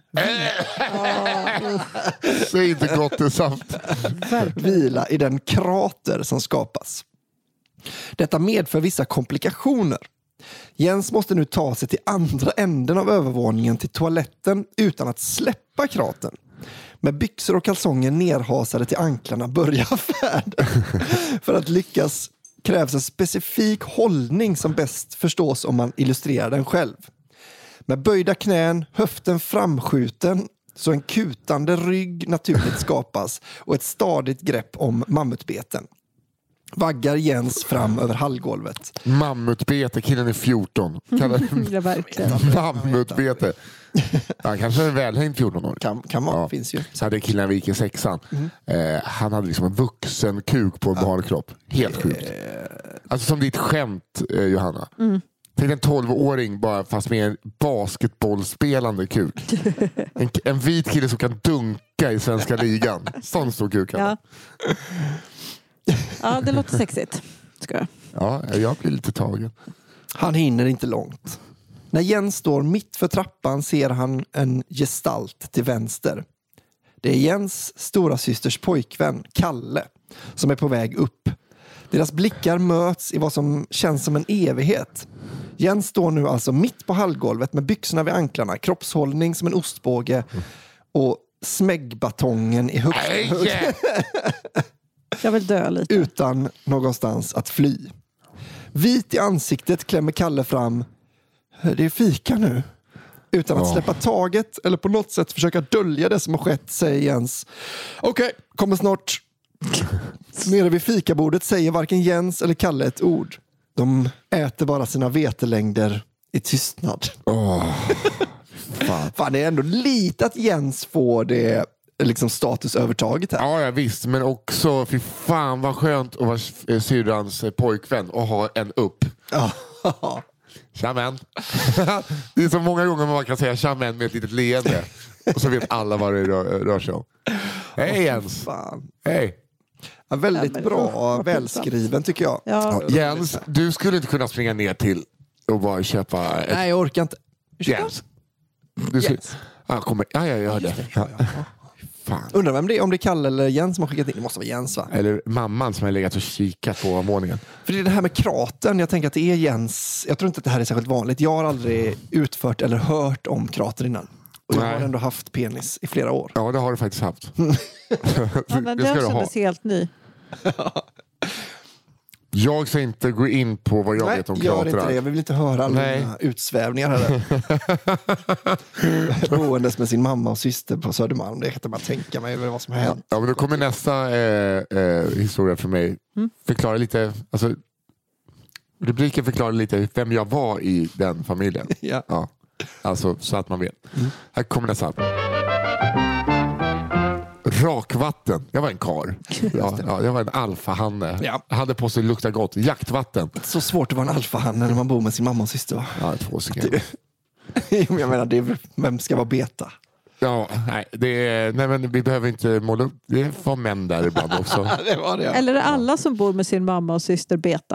Säg inte gottesaft. vila i den krater som skapas. Detta medför vissa komplikationer. Jens måste nu ta sig till andra änden av övervåningen till toaletten utan att släppa kraten. Med byxor och kalsonger nerhasade till anklarna börjar färden. För att lyckas krävs en specifik hållning som bäst förstås om man illustrerar den själv. Med böjda knän, höften framskjuten så en kutande rygg naturligt skapas och ett stadigt grepp om mammutbeten. Vaggar Jens fram över hallgolvet. Mammutbete, killen är 14. Mammutbete. Han kanske är välhängd 14 år. Kan vara, finns ju. Så hade killen vi gick i 6:an. Han hade liksom en vuxen kuk på en barnkropp. Helt sjukt. Alltså som ditt skämt, Johanna. Tänk en 12-åring bara fast med en basketbollspelande kuk. En vit kille som kan dunka i svenska ligan. Sån stor kuk. Ja. Ja, det låter sexigt. Ska jag. Ja, jag blir lite tagen. Han hinner inte långt. När Jens står mitt för trappan ser han en gestalt till vänster. Det är Jens stora systers pojkvän, Kalle, som är på väg upp. Deras blickar möts i vad som känns som en evighet. Jens står nu alltså mitt på hallgolvet med byxorna vid anklarna, kroppshållning som en ostbåge och smäggbatongen i högsta Jag vill dö lite. utan någonstans att fly. Vit i ansiktet klämmer Kalle fram. Det är fika nu. Utan att släppa taget eller på något sätt försöka dölja det som har skett, säger Jens. Okej, kommer snart. Nere vid fikabordet säger varken Jens eller Kalle ett ord. De äter bara sina vetelängder i tystnad. Fan, det är ändå lite att Jens får det liksom statusövertaget här. Ja, visst. Men också, fy fan vad skönt att vara syrrans pojkvän och ha en upp. Tjamen. Det är så många gånger man kan säga tjamen med ett litet leende. Och så vet alla vad det rör sig om. Hej Jens. Hej. Ja, väldigt bra, välskriven tycker jag. Ja. Jens, du skulle inte kunna springa ner till och bara köpa Nej, jag orkar inte. Jens. Du skulle... jag gör det. Fan. Undrar vem det är, om det är Kalle eller Jens som har skickat in. Det måste vara Jens, va? Eller mamman som har legat och kikat på våningen. För det är det här med kraten. Jag tänker att det är Jens. Jag tror inte att det här är särskilt vanligt. Jag har aldrig utfört eller hört om krater innan. Och jag har ändå haft penis i flera år. Ja, det har du faktiskt haft. Men det kändes helt ny. Jag ska inte gå in på vad jag vet om kratrar. Inte det. Jag vill inte höra alla utsvävningar här. Boendes med sin mamma och syster på Södermalm. Det kan jag bara tänka mig vad som har hänt. Ja, men då kommer nästa historia för mig. Förklara lite, alltså rubriken förklarar lite vem jag var i den familjen. Ja. Alltså så att man vet. Här kommer nästa. Rakvatten. Jag var en kar. Jag var en alfahanne. Ja. Hade på sig lukta gott. Jaktvatten. Så svårt att vara en alfahanne när man bor med sin mamma och syster, va? Ja, 2 sekunder. Jag menar, vem ska vara beta? Ja, nej, men vi behöver inte måla upp. Det var män där ibland också. Det var det, ja. Eller är alla som bor med sin mamma och syster beta?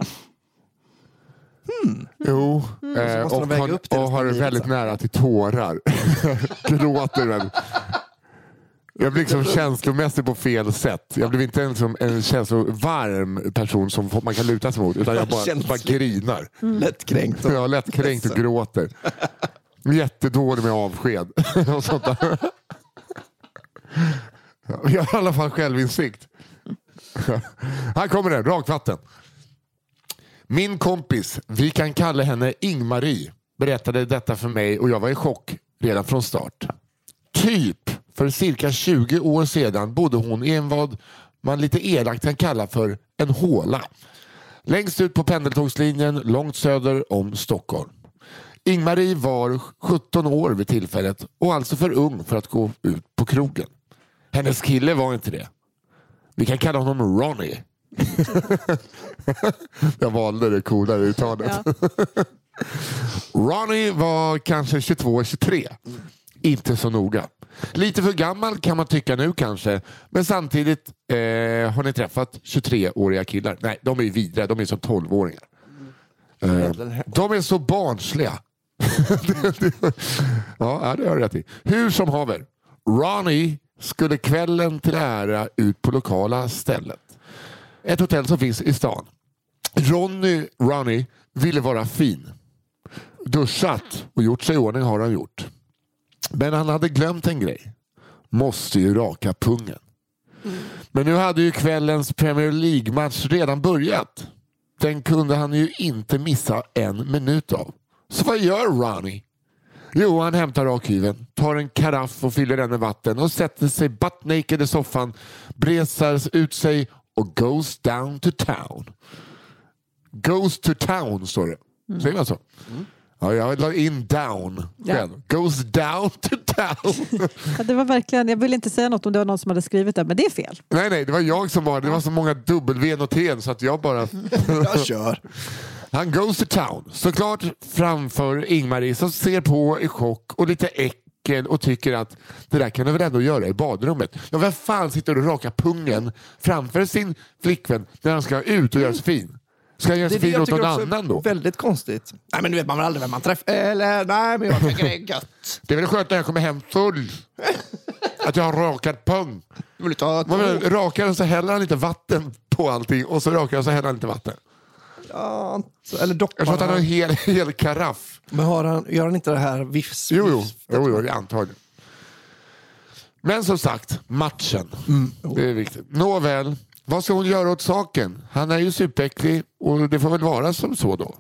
Jo, och har väldigt nära till tårar. Gråter men. Jag blir liksom känslomässig på fel sätt. Jag blev inte en känslovarm person som man kan luta sig mot. Utan jag bara grinar. Lättkränkt. Ja, lättkränkt och gråter. Jättedålig med avsked. Och sånt där. Jag har i alla fall självinsikt. Här kommer det, rakvatten. Min kompis, vi kan kalla henne Ingmarie, berättade detta för mig och jag var i chock redan från start. Typ för cirka 20 år sedan bodde hon i en vad man lite elakt kan kalla för en håla. Längst ut på pendeltågslinjen långt söder om Stockholm. Ingmarie var 17 år vid tillfället och alltså för ung för att gå ut på krogen. Hennes kille var inte det. Vi kan kalla honom Ronnie. Jag valde det coolare uttalet. Ja. Ronnie var kanske 22-23. Inte så noga. Lite för gammal kan man tycka nu kanske. Men samtidigt har ni träffat 23-åriga killar. Nej, de är vidare. De är som 12-åringar. De är så barnsliga. Ja, det har jag rätt i. Hur som haver. Ronnie skulle kvällen till ära ut på lokala stället. Ett hotell som finns i stan. Ronnie ville vara fin. Duschat och gjort sig i ordning har han gjort. Men han hade glömt en grej. Måste ju raka pungen. Men nu hade ju kvällens Premier League-match redan börjat. Den kunde han ju inte missa en minut av. Så vad gör Ronnie? Jo, han hämtar rakhyveln, tar en karaff och fyller den med vatten och sätter sig butt naked i soffan, bresar ut sig och goes down to town. Goes to town står det. Säger man så? Ja, jag la in down själv. Ja. Goes down to town. Ja, det var verkligen, jag vill inte säga något om det var någon som hade skrivit det, men det är fel. Nej, det var jag som var. Det var så många W och T så att jag bara... Jag kör. Han goes to town. Såklart framför Ingmarie som ser på i chock och lite äckel och tycker att det där kan du väl ändå göra i badrummet. Ja, vem fan sitter och rakar pungen framför sin flickvän när han ska ut och göra sig fin? Ska han göra sig fin åt någon annan då? Väldigt konstigt. Nej, men du vet man väl aldrig vem man träffar. Eller nej, men jag tycker det är gött. Det är väl skönt när jag kommer hem full. Att jag har rakat pung. Man rakar och så häller han lite vatten på allting och så rakar han så häller han lite vatten. Ja, eller doppar. Jag tror att han har en hel karaff. Men gör han inte det här vifs? Jo, det är antagligen. Men som sagt, matchen. Det är viktigt. Nåväl, vad ska hon göra åt saken? Han är ju superäcklig och det får väl vara som så då.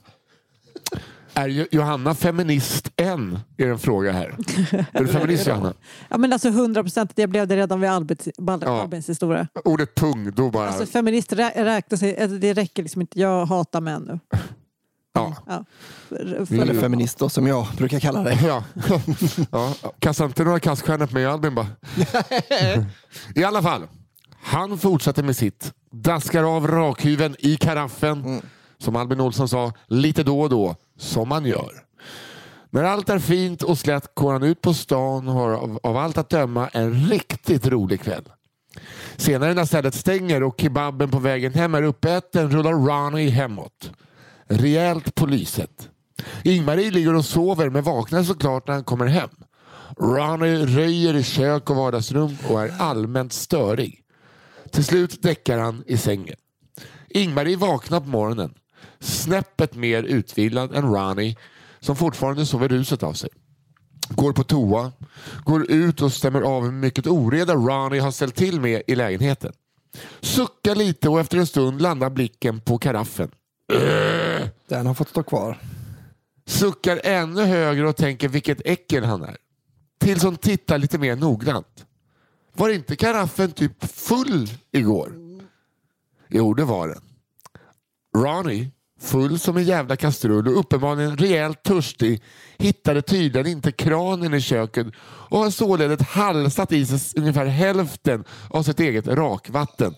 Är Johanna feminist än? Är en fråga här. Är du feminist, Johanna? Ja, men alltså 100%. Jag blev det redan vid Albins historia. Ordet pung, då bara... Alltså feminist räknas, det räcker liksom inte. Jag hatar män nu. Ja. Eller feminist då, som jag brukar kalla det. Ja. Kasta inte några kaststjärnor på mig, Albin bara. I alla fall, han fortsätter med sitt. Daskar av rakhyven i karaffen. Som Albin Olsson sa, lite då och då, som man gör. När allt är fint och slätt går han ut på stan och har av allt att döma en riktigt rolig kväll. Senare när stället stänger och kebaben på vägen hem är uppäten rullar Ronnie hemåt. Rejält på lyset. Ingmarie ligger och sover men vaknar såklart när han kommer hem. Ronnie röjer i kök och vardagsrum och är allmänt störig. Till slut däckar han i sängen. Ingmarie vaknar på morgonen. Snäppet mer utvilad än Ronnie som fortfarande sover ruset av sig. Går på toa. Går ut och stämmer av hur mycket oreda Ronnie har ställt till med i lägenheten. Suckar lite och efter en stund landar blicken på karaffen. Den har fått stå kvar. Suckar ännu högre och tänker vilket äckel han är. Tills hon tittar lite mer noggrant. Var inte karaffen typ full igår? Jo, det var den. Ronnie, full som en jävla kastrull och uppenbarligen rejält törstig, hittade tydligen inte kranen i köket och har således halsat i sig ungefär hälften av sitt eget rakvatten.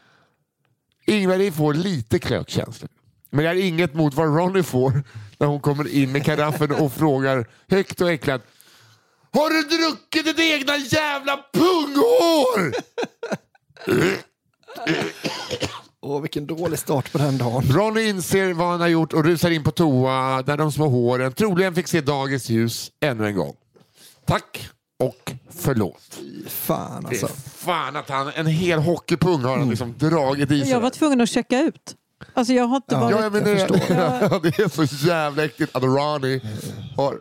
Ingmarie får lite klökkänslor. Men det är inget mot vad Ronnie får när hon kommer in med karaffen och frågar högt och äcklat: har du druckit ditt egna jävla punghår? Vilken dålig start på den dagen. Ronnie inser vad han har gjort och rusar in på toa där de små håren troligen fick se dagens ljus ännu en gång. Tack och förlåt. Fan alltså. Fan att han, en hel hockeypung har han liksom dragit i sig. Jag var tvungen att checka ut. Alltså jag har inte varit... Ja, men det är så jävla äckligt att Ronnie har...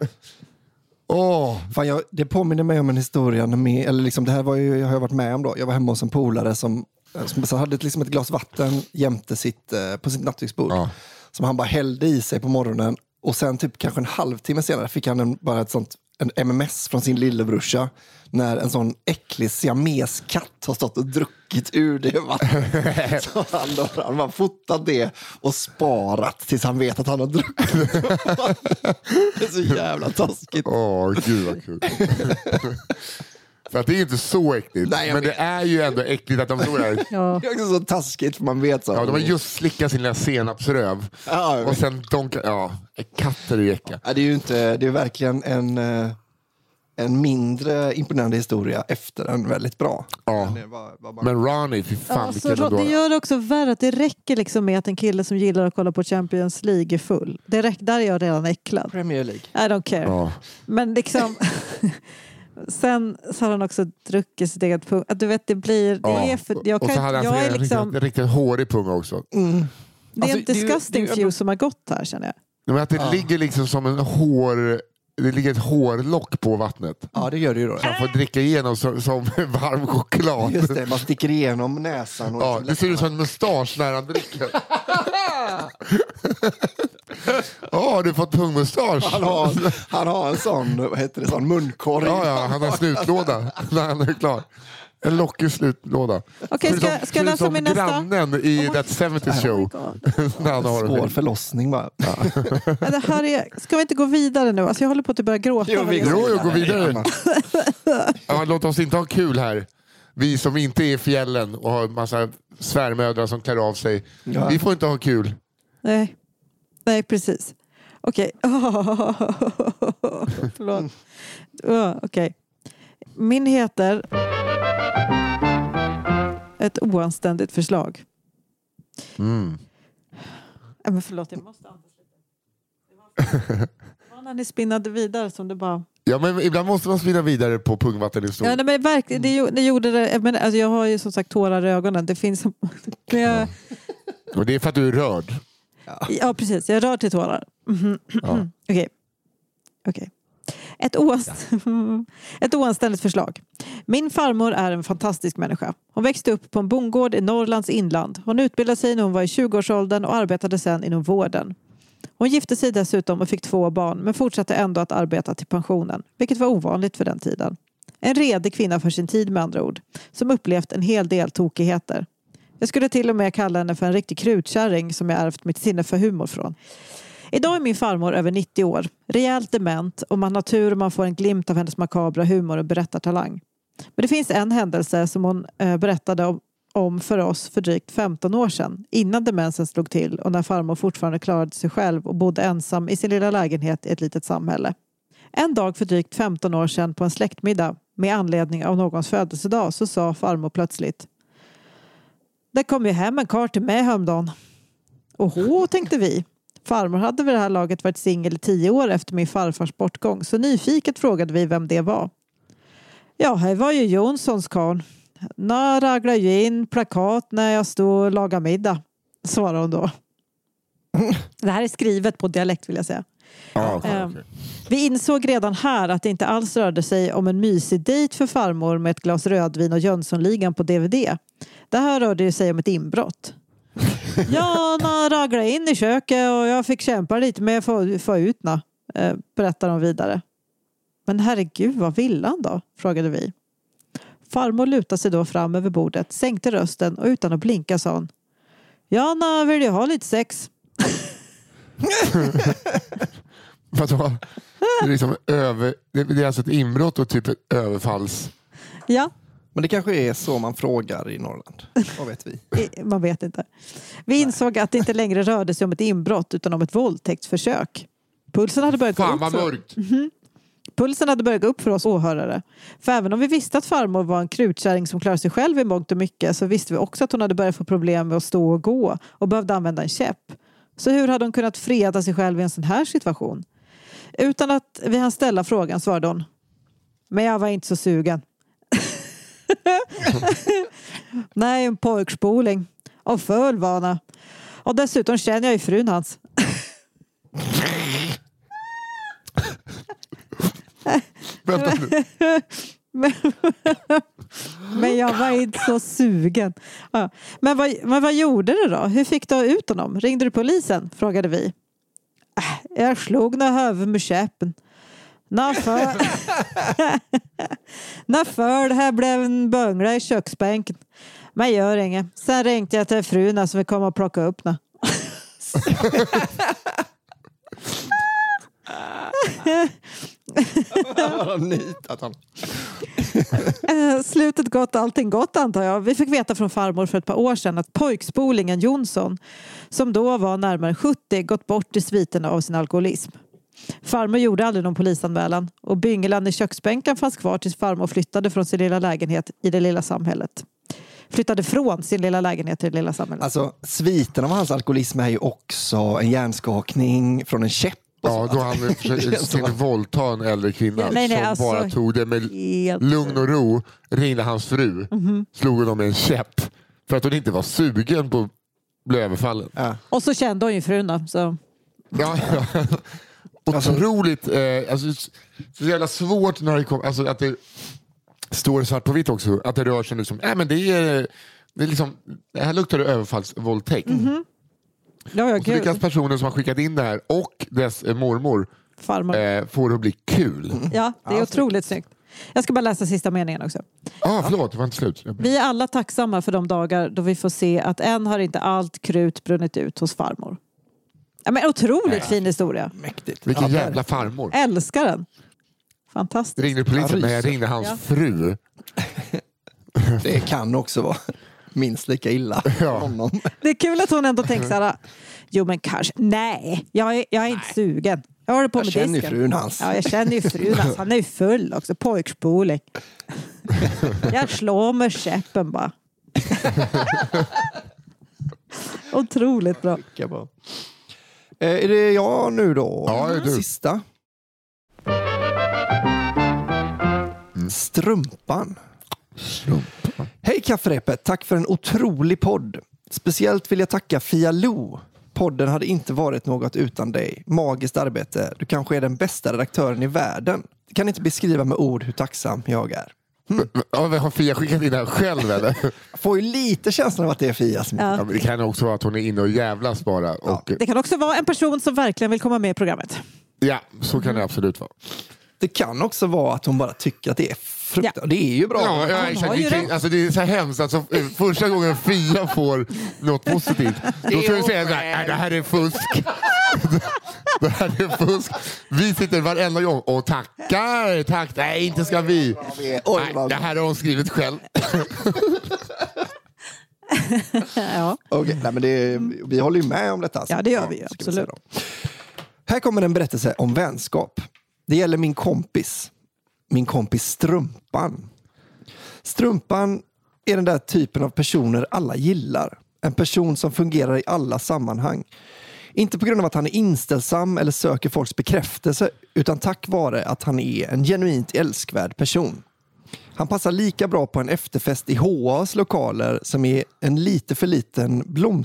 Fan, det påminner mig om en historia med, eller liksom, det här var ju, jag har varit med om då. Jag var hemma hos en polare som hade liksom ett glas vatten jämte på sitt nattduksbord som han bara hällde i sig på morgonen och sen typ kanske en halvtimme senare fick han en MMS från sin lillebrorsa när en sån äcklig siameskatt har stått och druckit ur det vattnet. Så han har fotat det och sparat tills han vet att han har druckit. Det är så jävla taskigt. Gud vad kul. För att det är inte så äckligt. Nej, men det är ju ändå äckligt att de står där. Det är också så taskigt för man vet så. Ja, de har just slickat sin lilla senapsröv. Och sen katter i vecka. Det är ju inte, det är verkligen en mindre imponerande historia efter en väldigt bra. Ja. Men Ronnie, fy fan alltså, det gör det också värre att det räcker liksom med att en kille som gillar att kolla på Champions League är full. Där är jag redan äcklad. Premier League. I don't care. Ja. Men liksom... Sen så har han också druckit sitt eget pung. Att du vet, det blir... Det är för, jag kan, och så hade han jag liksom, riktigt hårig pung också. Det är alltså, en disgusting few som har gått här, känner jag. Men att det ligger liksom som en det ligger ett hårlock på vattnet. Ja, det gör det ju då. Så han får dricka igenom som varm choklad. Just det, man sticker igenom näsan. Och det ser ut som en mustasch när han dricker. Har du fått pungmustasch? Han har en sån, vad heter det, sån munkorg. Ja, han har en slutlåda när han är klar. En lockig slutlåda. Okej, ska jag läsa min nästa? Grannen i That 70's Show. Svår förlossning bara. Det här ska vi inte gå vidare nu? Alltså jag håller på att börja gråta. Jo, gå vidare. Låt oss inte ha kul här. Vi som inte är i fjällen och har en massa svärmödrar som klär av sig. Ja. Vi får inte ha kul. Nej, precis. Okej. Förlåt. Okej. Min heter Ett oanständigt förslag. Men förlåt, jag måste andas lite. När ni spinnade vidare som det bara... Ja, men ibland måste man spinna vidare på pungvattenhistorien. Ja, men verkligen, det gjorde det. Men, alltså, jag har ju som sagt tårar i ögonen. Det finns... Och det är för att du är rörd. Ja, precis. Jag rör till tårar. Ja. Okej. Ett oanständigt förslag. Min farmor är en fantastisk människa. Hon växte upp på en bondgård i Norrlands inland. Hon utbildade sig när hon var i 20-årsåldern och arbetade sedan inom vården. Hon gifte sig dessutom och fick 2 barn men fortsatte ändå att arbeta till pensionen, vilket var ovanligt för den tiden. En redig kvinna för sin tid med andra ord, som upplevt en hel del tokigheter. Jag skulle till och med kalla henne för en riktig krutkärring som jag ärvt mitt sinne för humor från. Idag är min farmor över 90 år, rejält dement och man har tur och man får en glimt av hennes makabra humor och berättartalang. Men det finns en händelse som hon berättade om för oss för drygt 15 år sedan, innan demensen slog till och när farmor fortfarande klarade sig själv och bodde ensam i sin lilla lägenhet i ett litet samhälle. En dag för drygt 15 år sedan på en släktmiddag med anledning av någons födelsedag så sa farmor plötsligt: "Det kom ju hem en karl till mig häromdagen." Oho, tänkte vi. Farmor hade vid det här laget varit singel 10 år efter min farfars bortgång, så nyfiket frågade vi vem det var. Ja, det var ju Jonssons karl. Nå raglade ju in plakat när jag stod och lagade middag, svarade hon då. Det här är skrivet på dialekt vill jag säga. Okay. Vi insåg redan här att det inte alls rörde sig om en mysig dejt för farmor med ett glas rödvin och Jönssonligan på DVD. Det här rörde ju sig om ett inbrott. Ja, när raglade in i köket och jag fick kämpa lite med att få ut nå, berättar de vidare. Men herregud, vad vill han då? Frågade vi. Farmor lutade sig då fram över bordet, sänkte rösten och utan att blinka sa hon: "Ja, när vill jag ha lite sex?" Vadå? Det är liksom det är alltså ett inbrott och typ ett överfalls... Ja. Men det kanske är så man frågar i Norrland. Vad vet vi? Man vet inte. Vi insåg att det inte längre rörde sig om ett inbrott utan om ett våldtäktsförsök. Pulsen hade börjat gå upp. Fan vad mörkt! Pulsen hade börjat gå upp för oss åhörare. För även om vi visste att farmor var en krutkärring som klarade sig själv i mångt och mycket, så visste vi också att hon hade börjat få problem med att stå och gå och behövde använda en käpp. Så hur hade hon kunnat freda sig själv i en sån här situation? Utan att vi hann ställa frågan svarade hon: "Men jag var inte så sugen." Nej, en pojkspoling. Och fullvana. Och dessutom känner jag ju frun hans. Vänta nu. Men jag var inte så sugen. Ja. Men vad gjorde du då? Hur fick du ut honom? Ringde du polisen? Frågade vi. Jag slog några huvud med käppen. När för det här blev en böngla i köksbänken. Men gör inget. Sen ringde jag till frun som vi kom och plocka upp den. Slutet gott, allting gott antar jag. Vi fick veta från farmor för ett par år sedan att pojkspolingen Jonsson, som då var närmare 70, gått bort i sviterna av sin alkoholism. Farmor gjorde aldrig någon polisanmälan och byngelan i köksbänken fanns kvar tills farmor flyttade från sin lilla lägenhet i det lilla samhället. Flyttade från sin lilla lägenhet till det lilla samhället. Alltså, sviten av hans alkoholism är ju också en hjärnskakning från en käpp. Ja, då han försökte våldta en äldre kvinna som alltså, bara tog det med lugn och ro, ringde hans fru, slog honom med en käpp för att hon inte var sugen på att bli överfallen. Ja. Och så kände hon ju frun då, så... Ja. Otroligt, så jävla svårt när det kommer, alltså att det står svart på vitt också, att det rör sig liksom, men det är liksom, det här luktar det överfallsvåldtäkt. Ja, och så lyckas personen som har skickat in det här och dess mormor får det att bli kul. Ja, det är otroligt snyggt. Jag ska bara läsa sista meningen också. Förlåt, det var inte slut. Vi är alla tacksamma för de dagar då vi får se att än har inte allt krut brunnit ut hos farmor. Ja, men otroligt fin historia. Mäktigt. Vilken jävla farmor. Älskar den. Fantastiskt. Ringde polisen när jag ringde hans fru. Det kan också vara. minst lika illa honom. Det är kul att hon ändå tänker så här, jo men kanske, nej, jag är inte sugen. Jag håller på med disken. Jag känner ju frun hans. Ja, jag känner ju frun hans. Han är ju full också, pojkspoling. Jag slår med käppen bara. Otroligt bra. Är det jag nu då? Ja, det är du. Sista. Strumpan. Hej kafferepet, tack för en otrolig podd. Speciellt vill jag tacka Fia Lo. Podden hade inte varit något utan dig. Magiskt arbete. Du kanske är den bästa redaktören i världen. Kan inte beskriva med ord hur tacksam jag är. Har Fia skickat in det här själv eller? Får ju lite känslan av att det är Fia som... Ja, men det kan också vara att hon är inne och jävlas bara. Och... Det kan också vara en person som verkligen vill komma med i programmet. Ja, så kan det absolut vara. Det kan också vara att hon bara tycker att det är fruktansvärt. Det är ju bra. Ja, alltså, det är så hemskt. Alltså, första gången Fia får något positivt, då ska vi säga att det här är fusk. Det här är fusk. Vi sitter varenda gång och tackar. Tack. Nej, inte ska vi. Nej, det här har hon skrivit själv. Ja. Okej, nej, men vi håller ju med om detta. Ja, det gör vi absolut. Här kommer en berättelse om vänskap. Det gäller min kompis Strumpan. Strumpan är den där typen av personer alla gillar. En person som fungerar i alla sammanhang. Inte på grund av att han är inställsam eller söker folks bekräftelse, utan tack vare att han är en genuint älskvärd person. Han passar lika bra på en efterfest i HAs lokaler som i en lite för liten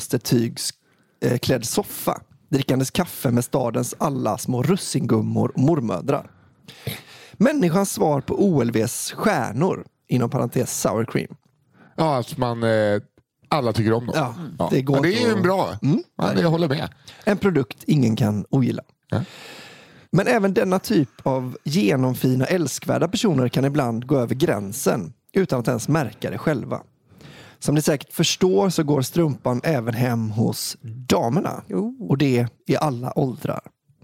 blomstertygsklädd soffa. Drickandes kaffe med stadens alla små russingummor och mormödrar. Människans svar på OLVs stjärnor, inom parentes sour cream. Ja, att man... alla tycker om dem. Ja. Det går det är ju en bra. Jag håller med. En produkt ingen kan ogilla. Ja. Men även denna typ av genomfina, älskvärda personer kan ibland gå över gränsen utan att ens märka det själva. Som ni säkert förstår så går Strumpan även hem hos damerna. Och det i alla åldrar.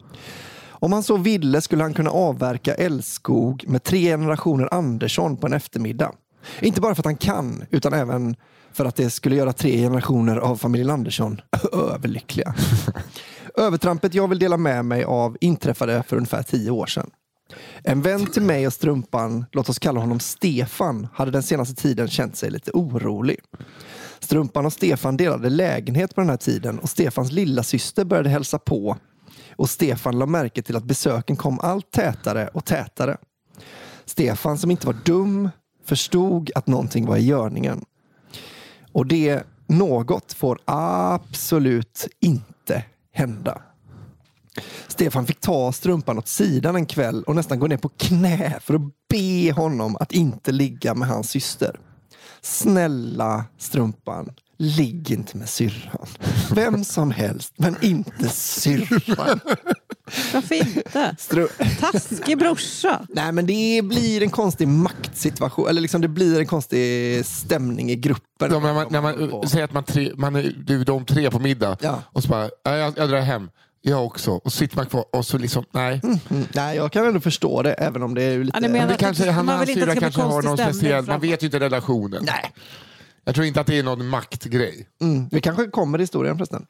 Om han så ville skulle han kunna avverka älskog med 3 generationer Andersson på en eftermiddag. Inte bara för att han kan, utan även för att det skulle göra 3 generationer av familjen Andersson överlyckliga. Övertrampet jag vill dela med mig av inträffade för ungefär 10 år sedan. En vän till mig och Strumpan, låt oss kalla honom Stefan, hade den senaste tiden känt sig lite orolig. Strumpan och Stefan delade lägenhet på den här tiden och Stefans lilla syster började hälsa på. Och Stefan la märke till att besöken kom allt tätare och tätare. Stefan, som inte var dum, förstod att någonting var i görningen. Och det något får absolut inte hända. Stefan fick ta Strumpan åt sidan en kväll och nästan gå ner på knä för att be honom att inte ligga med hans syster. Snälla Strumpan, ligg inte med syrran. Vem som helst, men inte syrran. Varför inte? Taskig brorsa. Nej, men det blir en konstig maktsituation. Eller liksom det blir en konstig stämning i gruppen. Ja, när man säger att man är de 3 på middag. Ja. Och så bara, jag drar hem. Jag också. Och sitter man kvar och så liksom, nej. Nej, jag kan ändå förstå det, även om det är lite... det kanske, hans syra kanske har någon speciell... Man vet ju inte relationen. Nej. Jag tror inte att det är någon maktgrej. Vi kanske kommer i historien förresten.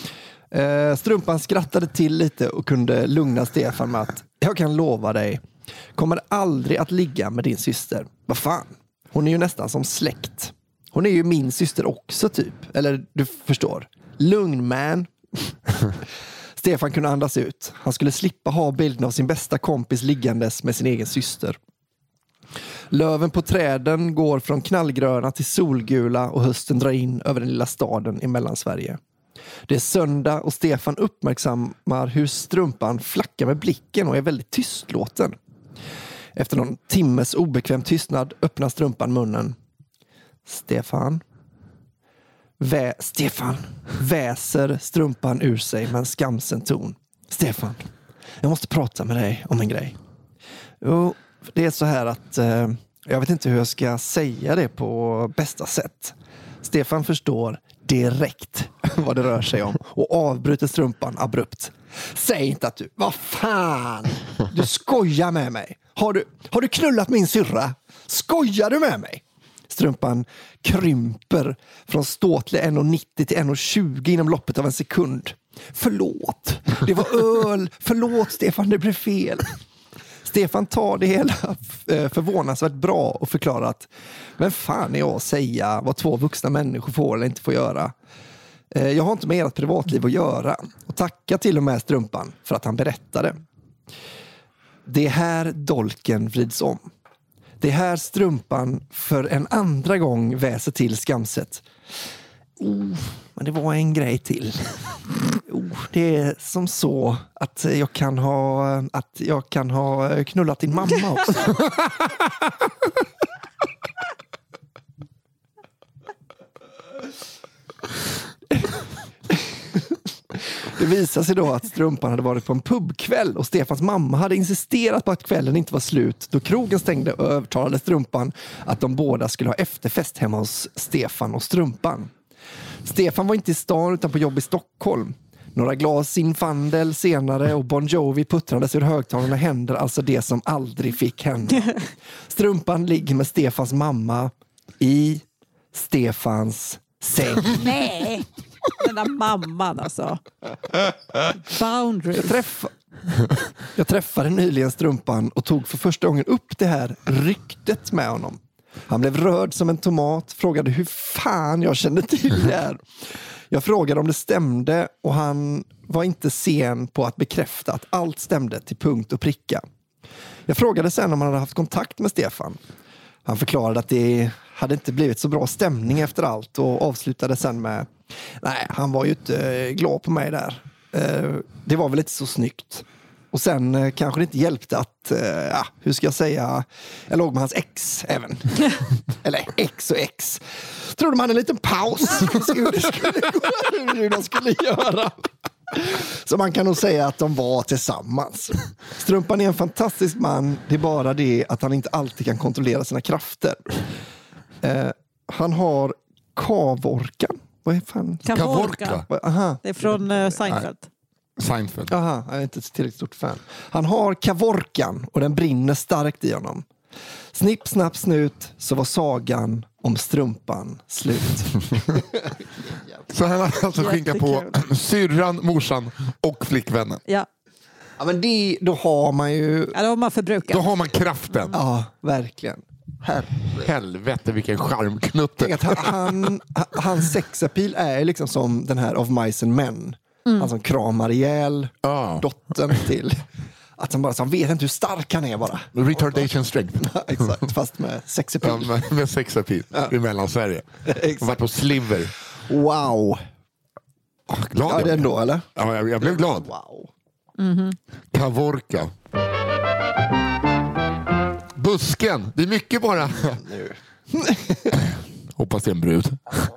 Strumpan skrattade till lite och kunde lugna Stefan med att jag kan lova dig, kommer aldrig att ligga med din syster. Vad fan? Hon är ju nästan som släkt. Hon är ju min syster också typ. Eller du förstår. Lugn man. Stefan kunde andas ut. Han skulle slippa ha bilden av sin bästa kompis liggandes med sin egen syster. Löven på träden går från knallgröna till solgula och hösten drar in över den lilla staden i Mellansverige. Det är söndag och Stefan uppmärksammar hur Strumpan flackar med blicken och är väldigt tystlåten. Efter någon timmes obekväm tystnad öppnar Strumpan munnen. Stefan väser Strumpan ur sig med en skamsen ton. Stefan, jag måste prata med dig om en grej. Jo, det är så här att jag vet inte hur jag ska säga det på bästa sätt. Stefan förstår direkt vad det rör sig om och avbryter Strumpan abrupt. Säg inte att du... Vad fan? Du skojar med mig. Har du knullat min syrra? Skojar du med mig? Strumpan krymper från ståtliga 1,90 till 1,20 inom loppet av en sekund. Förlåt, det var öl. Förlåt Stefan, det blev fel. Stefan tar det hela förvånansvärt bra och förklarar att men fan är jag att säga vad 2 vuxna människor får eller inte får göra. Jag har inte med ert privatliv att göra. Och tacka till och med Strumpan för att han berättade. Det är här dolken vrids om. Det är här Strumpan för en andra gång väser till skamset. Men det var en grej till. Det är som så att jag kan ha knullat din mamma också. Det visade sig då att Strumpan hade varit på en pubkväll och Stefans mamma hade insisterat på att kvällen inte var slut då krogen stängde och övertalade Strumpan att de båda skulle ha efterfest hemma hos Stefan och Strumpan. Stefan var inte i stan utan på jobb i Stockholm. Några glas Zinfandel senare och Bon Jovi puttrades ur högtalarna händer alltså det som aldrig fick hända. Strumpan ligger med Stefans mamma i Stefans säng. Nej, den där mamman alltså. Boundaries. Jag träffade nyligen Strumpan och tog för första gången upp det här ryktet med honom. Han blev röd som en tomat, frågade hur fan jag kände till det här. Jag frågade om det stämde och han var inte sen på att bekräfta att allt stämde till punkt och pricka. Jag frågade sen om han hade haft kontakt med Stefan. Han förklarade att det hade inte blivit så bra stämning efter allt och avslutade sen med nej, han var ju inte glad på mig där. Det var väl inte så snyggt. Och sen kanske det inte hjälpte att, hur ska jag säga, jag låg med hans ex även. Eller ex och ex. Trodde man en liten paus. Hur de skulle göra. Så man kan nog säga att de var tillsammans. Strumpan är en fantastisk man. Det är bara det att han inte alltid kan kontrollera sina krafter. Han har kavorkan. Vad är fan? Kavorka. Aha. Det är från Seinfeld. Seinfeld. Aha, jag är inte ett tillräckligt stort fan. Han har kavorkan och den brinner starkt i honom. Snipp, snapp, snut så var sagan om Strumpan slut. Så han har alltså skinkat på syrran, morsan och flickvännen. Ja. Ja, men då har man ju... Ja, då har man förbrukat. Då har man kraften. Ja, verkligen. Helvete vilken charmknutte. Hans sexapil är liksom som den här Of Mice and Men. Han som kramar ihjäl dottern till. Att han bara så, han vet inte hur stark han är bara. Retardation strength. Exakt, fast med sexapil. Ja, med sexapil i Mellansverige. Han var på Sliver. Wow. Glad ja, det ändå, eller? Ja, jag blev glad. Wow. Mm-hmm. Kavorka. Busken. Det är mycket bara. Hoppas det är en brud.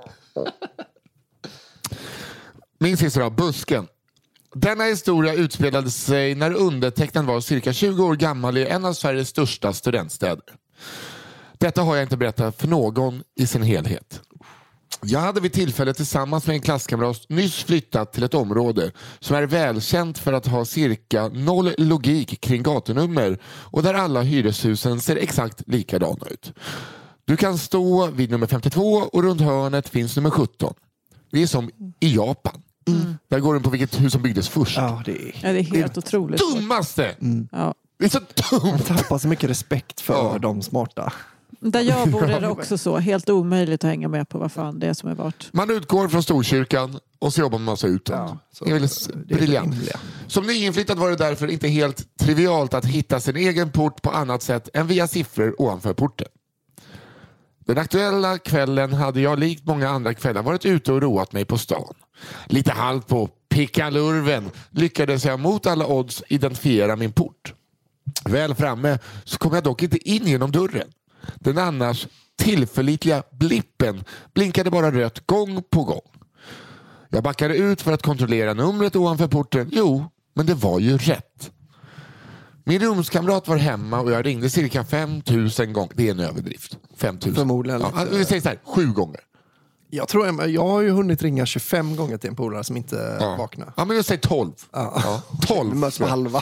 Min sista då, Busken. Denna historia utspelade sig när undertecknaren var cirka 20 år gammal i en av Sveriges största studentstäder. Detta har jag inte berättat för någon i sin helhet. Jag hade vid tillfälle tillsammans med en klasskamrat nyss flyttat till ett område som är välkänt för att ha cirka 0 logik kring gatunummer och där alla hyreshusen ser exakt likadana ut. Du kan stå vid nummer 52 och runt hörnet finns nummer 17. Det är som i Japan. Där går den på vilket hus som byggdes först. Ja, det är helt otroligt. Dummaste! Ja. Det är så dumt! Man tappar så mycket respekt för de smarta. Där jag bor är det också så. Helt omöjligt att hänga med på vad fan det är som är vart. Man utgår från Storkyrkan och så jobbar man sig utåt. Det är väldigt briljant. Som nyinflyttad var det därför inte helt trivialt att hitta sin egen port på annat sätt än via siffror ovanför porten. Den aktuella kvällen hade jag likt många andra kvällar varit ute och roat mig på stan. Lite halvt på pickalurven lyckades jag mot alla odds identifiera min port. Väl framme så kom jag dock inte in genom dörren. Den annars tillförlitliga blippen blinkade bara rött gång på gång. Jag backade ut för att kontrollera numret ovanför porten. Jo, men det var ju rätt. Min rumskamrat var hemma och jag ringde cirka 5000 gånger. Det är en överdrift. 5000. Förmodligen. Ja, vi säger så här, 7 gånger. Jag har ju hunnit ringa 25 gånger till en polare som inte vaknar. Ja, men jag säger 12. Ja. 12. Möts på halva.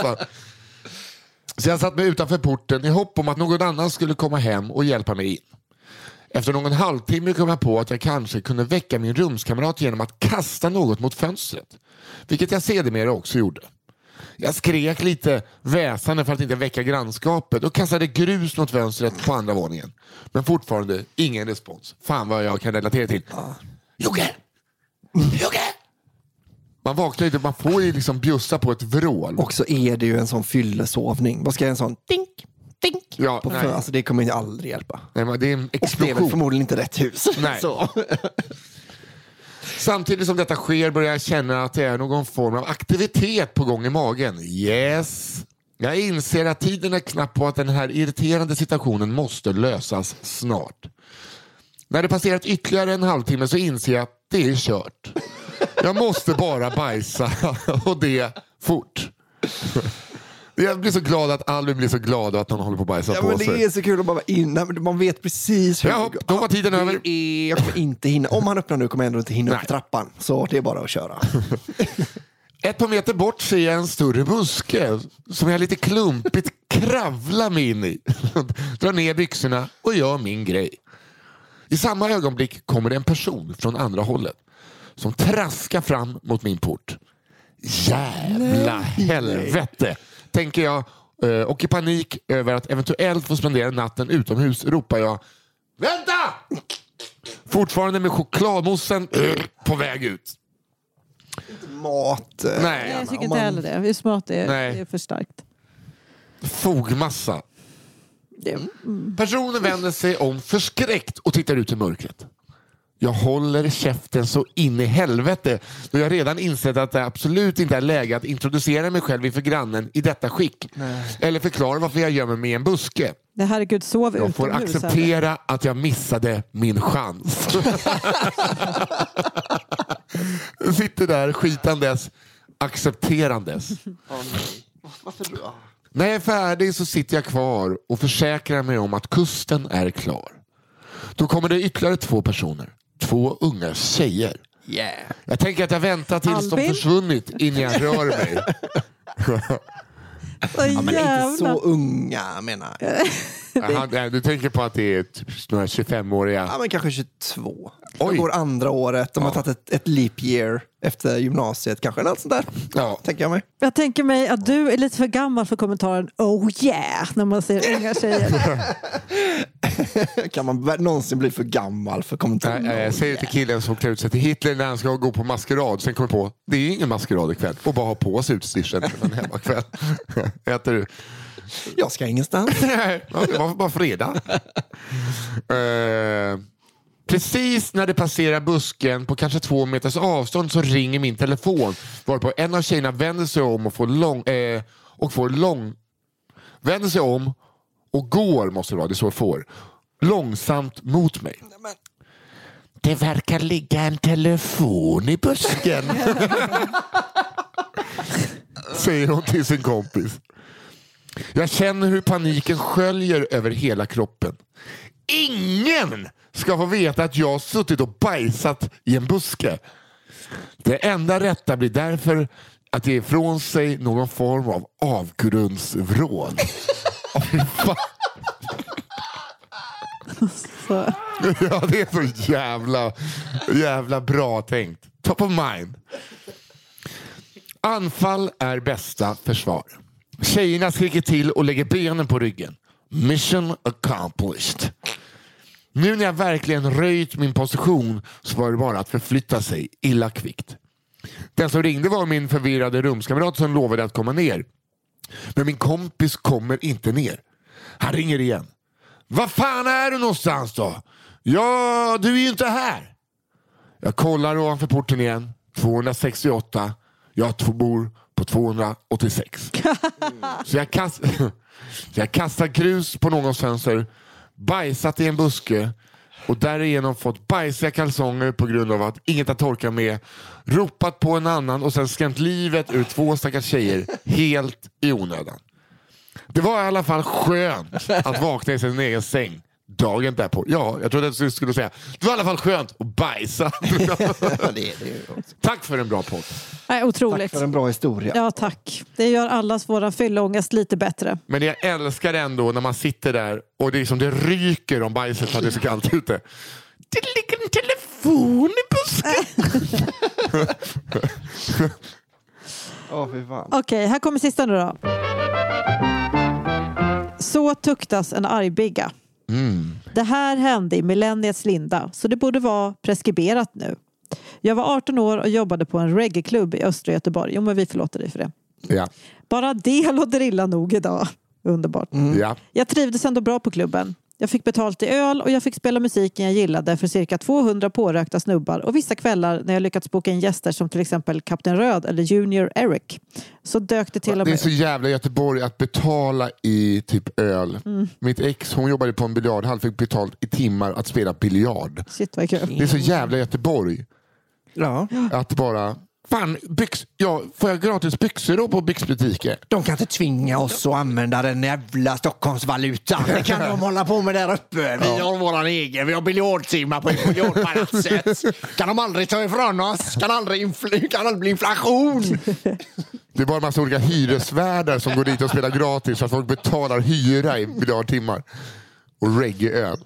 Så jag satt mig utanför porten i hopp om att någon annan skulle komma hem och hjälpa mig in. Efter någon halvtimme kom jag på att jag kanske kunde väcka min rumskamrat genom att kasta något mot fönstret. Vilket jag sedermera också gjorde. Jag skrek lite väsande för att inte väcka grannskapet och kastade grus mot fönstret på andra våningen. Men fortfarande ingen respons. Fan vad jag kan relatera till. Jocke! Man vaknar inte, man får ju liksom bjussa på ett vrål. Och så är det ju en sån fyllesovning. Vad ska en sån dink? Ja, alltså det kommer ju aldrig hjälpa. Nej, men det är en explosion. Och det är väl förmodligen inte rätt hus. Nej. Så. Samtidigt som detta sker börjar jag känna att det är någon form av aktivitet på gång i magen. Yes! Jag inser att tiden är knapp på att den här irriterande situationen måste lösas snart. När det passerat ytterligare en halvtimme så inser jag att det är kört. Jag måste bara bajsa och det fort. Jag blir så glad att Albin blir så glad att han håller på att bajsa på sig. Det är så kul att bara vara inne. Man vet precis hur... Ja, då var tiden över. Jag kommer inte hinna. Om han öppnar nu kommer jag ändå inte hinna upp trappan. Så det är bara att köra. Ett par meter bort ser jag en större buske som jag lite klumpigt kravlar mig in i. Drar ner byxorna och gör min grej. I samma ögonblick kommer det en person från andra hållet som traskar fram mot min port. Jävla helvete, tänker jag, och i panik över att eventuellt få spendera natten utomhus ropar jag: vänta! Fortfarande med chokladmossen på väg ut. Mat. Nej, jag tycker inte heller det. Just mat är för starkt. Fogmassa. Personen vänder sig om förskräckt och tittar ut i mörkret. Jag håller käften så in i helvete då jag redan insett att det absolut inte är läge att introducera mig själv inför grannen i detta skick. Nej. Eller förklara varför jag gömmer mig i en buske. Det herregud, sov jag får acceptera att jag missade min chans. Jag sitter där skitandes, accepterandes. Varför då? När jag är färdig så sitter jag kvar och försäkrar mig om att kusten är klar. Då kommer det ytterligare 2 personer. 2 unga tjejer. Yeah. Jag tänker att jag väntar tills Albin? de försvunnit innan jag rör mig. Ja, men inte så unga, menar jag. Du tänker på att det är typ några 25-åriga. Ja, men kanske 22. De går andra året. De har tagit ett leap year efter gymnasiet. Kanske något sånt där. Ja. Tänker jag mig. Jag tänker mig att du är lite för gammal för kommentaren oh yeah när man ser unga tjejer. Kan man någonsin bli för gammal för kommentaren? Jag säger till killen som klär ut sig till Hitler när han ska gå på maskerad. Sen kommer på, det är ingen maskerad ikväll. Och bara ha på sig utstyrseln en hemmakväll. Äter du? Jag ska ingenstans. Det var bara fredag. Precis när det passerar busken på kanske 2 meters avstånd så ringer min telefon. Varpå en av tjejerna vänder sig om och vänder sig om och går, måste det vara, det är så får. Långsamt mot mig. Det verkar ligga en telefon i busken. Säger hon till sin kompis. Jag känner hur paniken sköljer över hela kroppen. Ingen ska få veta att jag har suttit och bajsat i en buske. Det enda rätta blir därför att ge ifrån sig någon form av avgrundsvrål. Ja, det är så jävla bra tänkt. Top of mind. Anfall är bästa försvar. Tjejerna skriker till och lägger benen på ryggen. Mission accomplished. Nu när jag verkligen röjt min position så var det bara att förflytta sig illa kvickt. Den som ringde var min förvirrade rumskamrat som lovade att komma ner. Men min kompis kommer inte ner. Han ringer igen. Vad fan är du någonstans då? Ja, du är ju inte här. Jag kollar ovanför porten igen. 268. Jag bor på 286. Så jag kastar grus på någons fönster, bajsat i en buske och därigenom fått bajsiga kalsonger på grund av att inget att torka med, ropat på en annan och sen skrämt livet ur 2 stackars tjejer helt i onödan. Det var i alla fall skönt att vakna i sin egen säng Dagen därpå. Ja, jag trodde att du skulle säga det var i alla fall skönt att bajsa. Tack för en bra podd. Nej, otroligt. Tack för en bra historia. Ja, tack. Det gör allas våra fyllångest lite bättre. Men jag älskar ändå när man sitter där och det är som det ryker om bajset för att det är så kallt ute. Det ligger en telefon i busken. Okej, här kommer sista nu då. Så tuktas en argbigga. Det här hände i millenniets linda, så det borde vara preskriberat nu. Jag var 18 år och jobbade på en reggaeklubb i östra Göteborg. Jo, men vi förlåter dig för det. Ja. Bara det låter illa nog idag. Underbart. Ja. Jag trivdes ändå bra på klubben. Jag fick betalt i öl och jag fick spela musiken jag gillade för cirka 200 pårökta snubbar. Och vissa kvällar när jag lyckats boka in gäster som till exempel Kapten Röd eller Junior Eric. Så dök det till och med... Det är så jävla Göteborg att betala i typ öl. Mitt ex, hon jobbade på en biljardhall, fick betalt i timmar att spela biljard. Shit, vad kul. Det är så jävla Göteborg. Ja. Att bara... Fan, får jag gratis byxor då på byxbutiker? De kan inte tvinga oss att använda den jävla Stockholmsvalutan. Det kan de hålla på med där uppe. Vi har våran egen. Vi har biljardtimmar på biljardpalatset. Kan de aldrig ta ifrån oss? Kan aldrig bli inflation? Det är bara en massa olika hyresvärdar som går dit och spelar gratis så att folk betalar hyra i biljardtimmar. Och reggae-öl.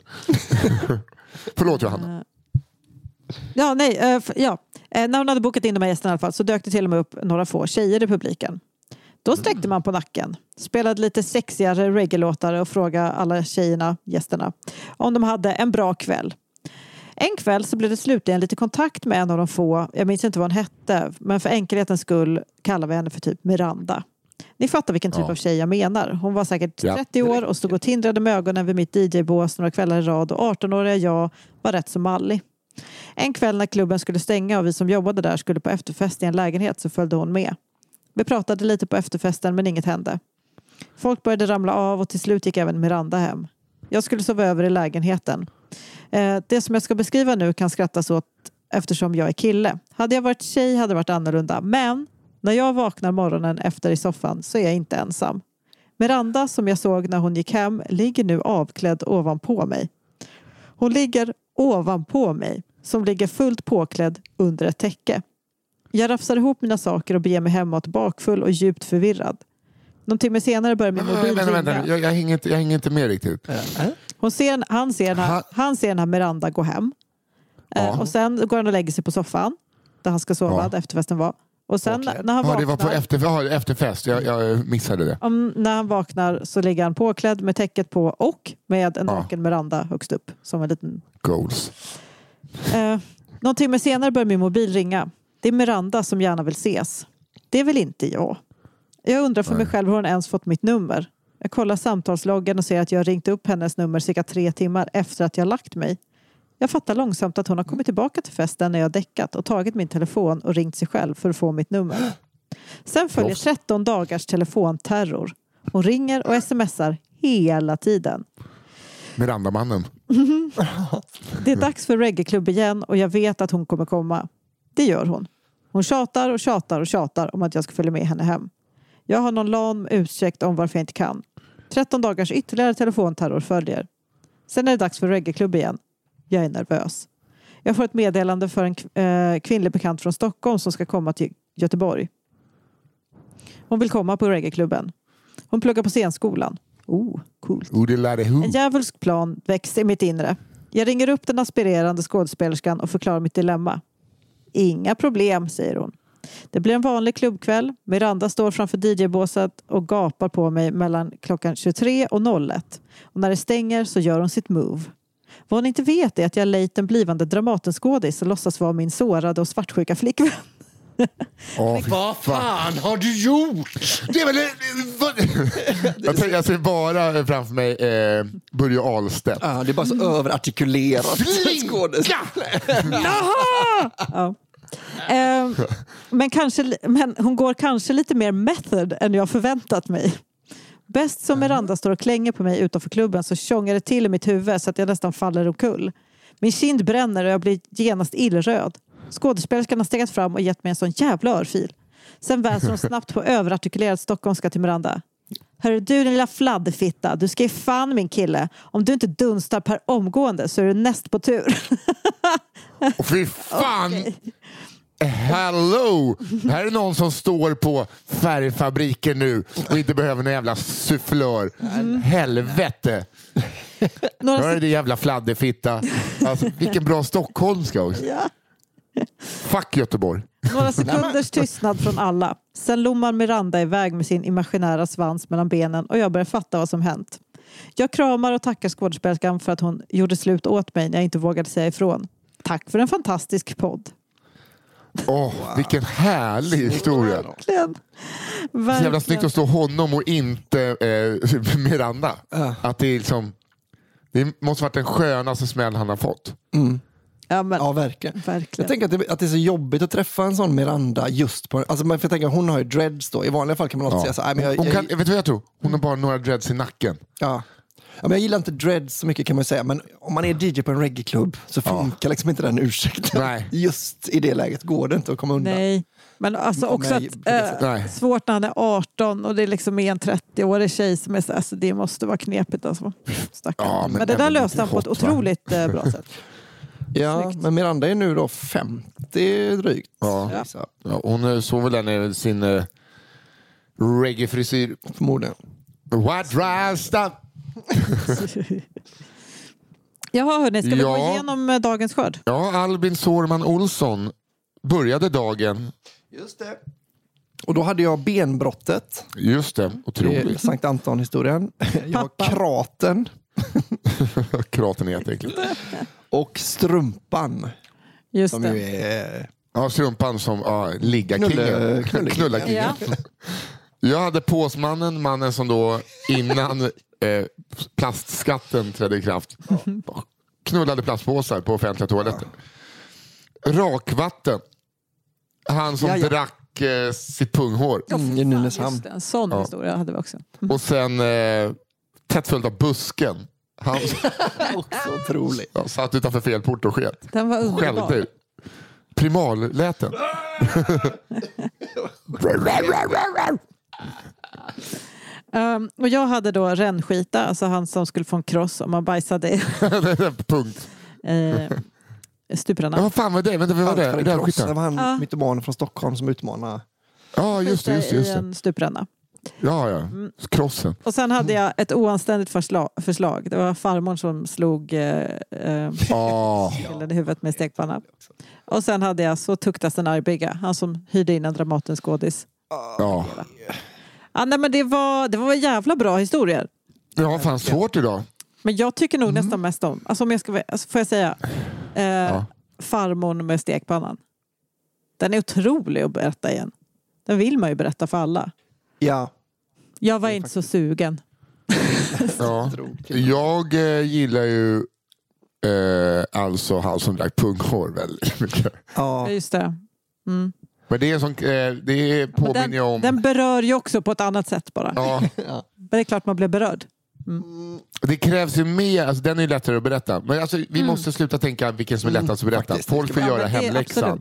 Förlåt, Johanna. Ja, nej. När hon hade bokat in de här gästerna i alla fall så dök det till och med upp några få tjejer i publiken. Då sträckte man på nacken, spelade lite sexigare reggae-låtar och frågade alla tjejerna, gästerna, om de hade en bra kväll. En kväll så blev det slutligen lite kontakt med en av de få, jag minns inte vad hon hette, men för enkelhetens skull kallar vi henne för typ Miranda. Ni fattar vilken typ av tjej jag menar. Hon var säkert 30 år och stod och tindrade med ögonen vid mitt DJ-bås några kvällar i rad och 18-åriga jag var rätt som mallig. En kväll när klubben skulle stänga och vi som jobbade där skulle på efterfest i en lägenhet så följde hon med. Vi pratade lite på efterfesten men inget hände. Folk började ramla av och till slut gick även Miranda hem. Jag skulle sova över i lägenheten. Det som jag ska beskriva nu kan skrattas åt eftersom jag är kille. Hade jag varit tjej hade det varit annorlunda. Men när jag vaknar morgonen efter i soffan så är jag inte ensam. Miranda som jag såg när hon gick hem ligger nu avklädd ovanpå mig. Hon ligger ovanpå mig som ligger fullt påklädd under ett täcke. Jag rafsar ihop mina saker och beger mig hemåt bakfull och djupt förvirrad. Någon timme senare börjar min mobil ringa. Jag hänger inte med riktigt. Han ser när Miranda går hem. Och sen går han och lägger sig på soffan där han ska sova, där efterfesten var. Och sen när han vaknar... det var på efterfest, jag missade det. När han vaknar så ligger han påklädd med täcket på och med en naken Miranda högst upp. Som en liten... Goals. Någon timme senare börjar min mobil ringa. Det är Miranda som gärna vill ses. Det är väl inte jag. Jag undrar för mig själv hur hon ens fått mitt nummer. Jag kollar samtalsloggen och ser att jag har ringt upp hennes nummer cirka 3 timmar efter att jag lagt mig. Jag fattar långsamt att hon har kommit tillbaka till festen när jag däckat och tagit min telefon och ringt sig själv för att få mitt nummer. Sen följer 13 dagars telefonterror. Hon ringer och smsar hela tiden. Miranda-mannen. Det är dags för reggaeklubb igen och jag vet att hon kommer komma. Det gör hon. Hon tjatar och tjatar och tjatar om att jag ska följa med henne hem. Jag har någon lam ursäkt om varför jag inte kan. 13 dagars ytterligare telefonterror följer. Sen är det dags för reggaeklubb igen. Jag är nervös. Jag får ett meddelande för en kvinnlig bekant från Stockholm som ska komma till Göteborg. Hon vill komma på reggaeklubben. Hon pluggar på scenskolan. Coolt. En djävulsk plan växer i mitt inre. Jag ringer upp den aspirerande skådespelerskan och förklarar mitt dilemma. Inga problem, säger hon. Det blir en vanlig klubbkväll. Miranda står framför DJ-båset och gapar på mig mellan klockan 23 och 01. Och när det stänger så gör hon sitt move. Vad hon inte vet är att jag lejt en blivande Dramatenskådis och låtsas vara min sårade och svartsjuka flickvän. Vad fan har du gjort? Det är väl, jag ser bara framför mig Börje Ahlstedt. Ja, det är bara så överartikulerat. Men hon går kanske lite mer method än jag förväntat mig. Bäst som Miranda står och klänger på mig utanför klubben så tjongar det till i mitt huvud så att jag nästan faller omkull. Min kind bränner och jag blir genast illröd. Skådespelerskan har stegat fram och gett mig en sån jävla örfil. Sen väser hon snabbt på överartikulerad stockholmska till Miranda. Hörru du din lilla fladderfitta, du ska ju fan min kille. Om du inte dunstar per omgående så är du näst på tur. Och fy fan! Okay. Hello! Här är någon som står på färgfabriker nu och inte behöver någon jävla sufflör. Helvete! Hör är det jävla fladderfitta. Alltså, vilken bra stockholmska också. Ja. Fuck Göteborg. Några sekunders tystnad från alla. Sen lommar Miranda iväg med sin imaginära svans mellan benen och jag börjar fatta vad som hänt. Jag kramar och tackar skådespelerskan för att hon gjorde slut åt mig när jag inte vågade säga ifrån. Tack för en fantastisk podd. Wow. Vilken härlig historia. Verkligen. Så jävla snyggt att stå honom och inte Miranda. Att det är liksom, det måste varit den skönaste smäll han har fått. Ja, verkligen. Jag tänker att det är så jobbigt att träffa en sån Miranda just på... Alltså man får tänka, hon har ju dreads då. I vanliga fall kan man också säga så här... Vet du vad jag tror? Hon har bara några dreads i nacken. Ja, men jag gillar inte dreads så mycket kan man säga. Men om man är DJ på en reggae-klubb så funkar liksom inte den ursäkten. Nej. Just i det läget går det inte att komma undan. Nej, men alltså också att, svårt när han är 18 och det är liksom en 30-årig tjej som är så... Alltså det måste vara knepigt alltså. Men det där löste han på ett otroligt bra sätt. Ja, snyggt. Men Miranda är nu då 50 drygt. Ja. Hon såg väl den i sin reggae-frisyr. Förmodligen. What rasta? Jaha hörni, ska vi gå igenom dagens skörd? Ja, Albin Sårman Olsson började dagen. Just det. Och då hade jag benbrottet. Just det, otroligt. Sankt Anton-historien. Jag har kraten. Kraten är jätteäckligt. Och strumpan. Just som det. Ju är... Ja, strumpan som ligga-kingen. Knulla-kingen. Ja. Jag hade påsmannen, mannen som då innan plastskatten trädde i kraft knullade plastpåsar på offentliga toaletter. Rakvatten. Han som drack sitt punghår. I Nynäshamn. En sån historia hade vi också. Och sen tätt följt av busken. Han också otroligt. Satt utanför fel port och sket. Den var underbar. Primalläten. Och jag hade då rännskita, alltså han som skulle få en kross om man bajsade. Punkt. Stuprarna. Ja, vad fan var det? Vänta, vad var det? Det var han mytomanen från Stockholm som utmanade. Ja, just det. En stupränna. Ja. Krossen. Och sen hade jag ett oanständigt förslag. Det var farmor som slog killen i huvudet med stekpanna. Och sen hade jag så tuktas en argbygga. Han som hyrde in en Dramatenskådis. Nej, men det var jävla bra historier. Ja, fan svårt idag. Men jag tycker nog nästan mest om, alltså om jag ska, får jag säga, farmor med stekpannan. Den är otrolig att berätta igen. Den vill man ju berätta för alla. Ja. Jag var inte så sugen. Ja. Jag gillar ju alltså han som drack punghår väldigt mycket. Ja, just det. Mm. Men det är en sån, det påminner om... Den berör ju också på ett annat sätt bara. Ja. Men det är klart man blir berörd. Det krävs ju mer, alltså den är ju lättare att berätta. Men alltså, vi måste sluta tänka vilken som är lättast att berätta. Folk får göra hemläxan.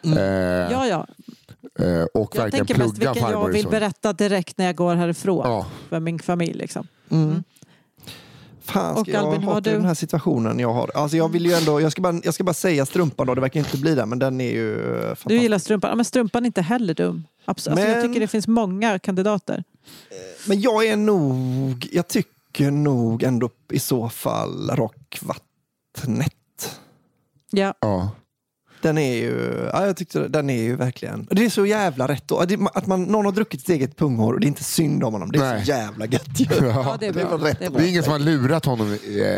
Och jag tänker mest vilken jag vill berätta direkt när jag går härifrån för min familj liksom. Fan, ska jag ha den här situationen jag har? Alltså jag vill ju ändå, jag ska bara säga strumpan då, det verkar inte bli det, men den är ju fantastisk. Du gillar strumpan, men strumpan är inte heller dum. Absolut. Alltså, jag tycker det finns många kandidater. Men jag tycker nog ändå i så fall Rockvattnet. Ja. Den är ju, jag tyckte den är ju verkligen, det är så jävla rätt då. Att någon har druckit sitt eget punghår och det är inte synd om honom, det är så jävla gött ju. Ja, det är bra. Det är ingen som har lurat honom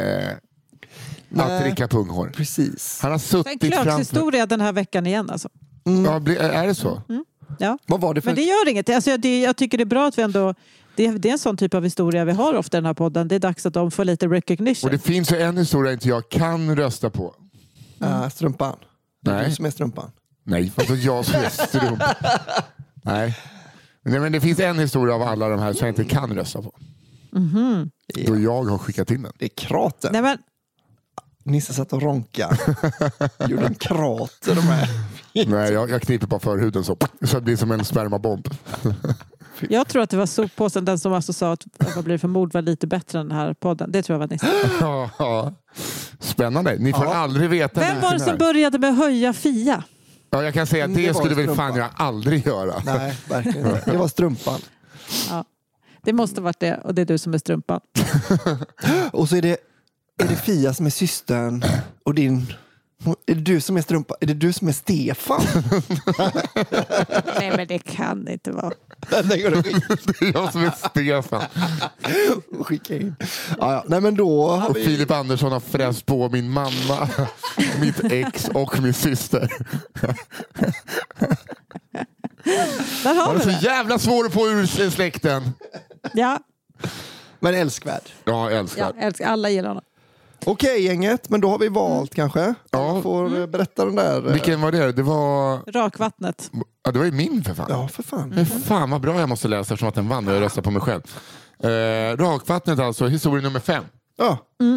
att dricka punghår. Precis. Han har suttit framför... En klökshistoria den här veckan igen alltså. Ja, är det så? Ja. Vad var det för... Men det gör inget. Alltså, jag tycker det är bra att vi ändå... Det är en sån typ av historia vi har ofta i den här podden. Det är dags att de får lite recognition. Och det finns ju en historia inte jag kan rösta på. Strumpan. Nej. Du som är strumpan. Nej, alltså jag som är strumpan. Nej, men det finns en historia av alla de här som jag inte kan rösta på. Då jag har skickat in den. Det är kraten. Nej, men... Nisse satt och ronka. Gjorde en krater de här. Nej, jag kniper bara förhuden så det blir som en spermabomb. Jag tror att det var soppåsen, den som alltså sa att vad blir det för mord var lite bättre än den här podden. Det tror jag var nästan. Ja. Spännande. Ni får aldrig veta. Vem var det som började med höja Fia? Ja, jag kan säga att det skulle väl fan jag aldrig göra. Nej, verkligen inte. Det var strumpan. Ja. Det måste varit det, och det är du som är strumpan. Och så är det Fia som är systern och din... Är det du som är strumpa? Är det du som är Stefan? Nej, men det kan det inte vara. Det är jag som är Stefan. Skicka in. Ja. Nej, men då och Filip Andersson har fräst på min mamma, mitt ex och min syster. Där har var vi det så det. jävla svår att få ur släkten. Ja. Men älskvärd. Ja, älskvärd. Ja, alla gillar honom. Okej, gänget, men då har vi valt kanske. Ja. Får berätta den där. Vilken var det? Det var... Rakvattnet. Ja, det var ju min för fan. Ja, för fan. Fan vad bra jag måste läsa eftersom att den vann och jag röstar på mig själv. Rakvattnet alltså, historia nummer 5. Ja.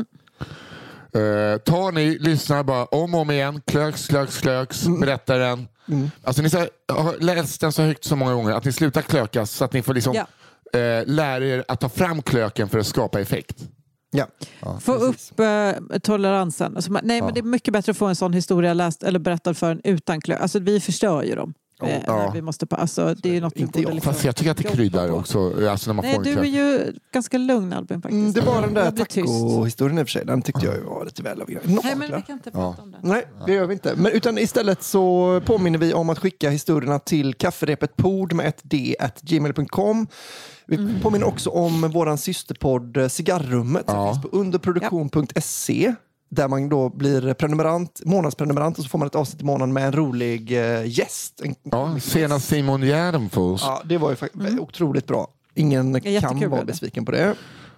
Tar ni, lyssnar bara om och om igen, klöks, berättar den. Alltså ni har läst den så högt så många gånger att ni slutar klökas så att ni får liksom lära er att ta fram klöken för att skapa effekt. Ja. Få upp toleransen. Alltså, men det är mycket bättre att få en sån historia läst eller berättad för en utan klök. Alltså vi förstör ju dem. Vi måste alltså, det är något inte vi borde liksom fast jag tycker att det kryddar också. Alltså när man får du är ju ganska lugn, Albin, faktiskt. Det var den där taco-historien i och för sig. Den tyckte jag var lite väl av. Nej, men vi kan inte prata om den. Nej, det gör vi inte. Men utan istället så påminner vi om att skicka historierna till kafferepetpod med ett d@gmail.com. Vi påminner också om våran systerpodd Cigarrummet som finns på underproduktion.se. Där man då blir månadsprenumerant och så får man ett avsnitt i månaden med en rolig gäst. Senast Simon Gärdenfors. Ja, det var ju otroligt bra. Ingen kan vara besviken på det.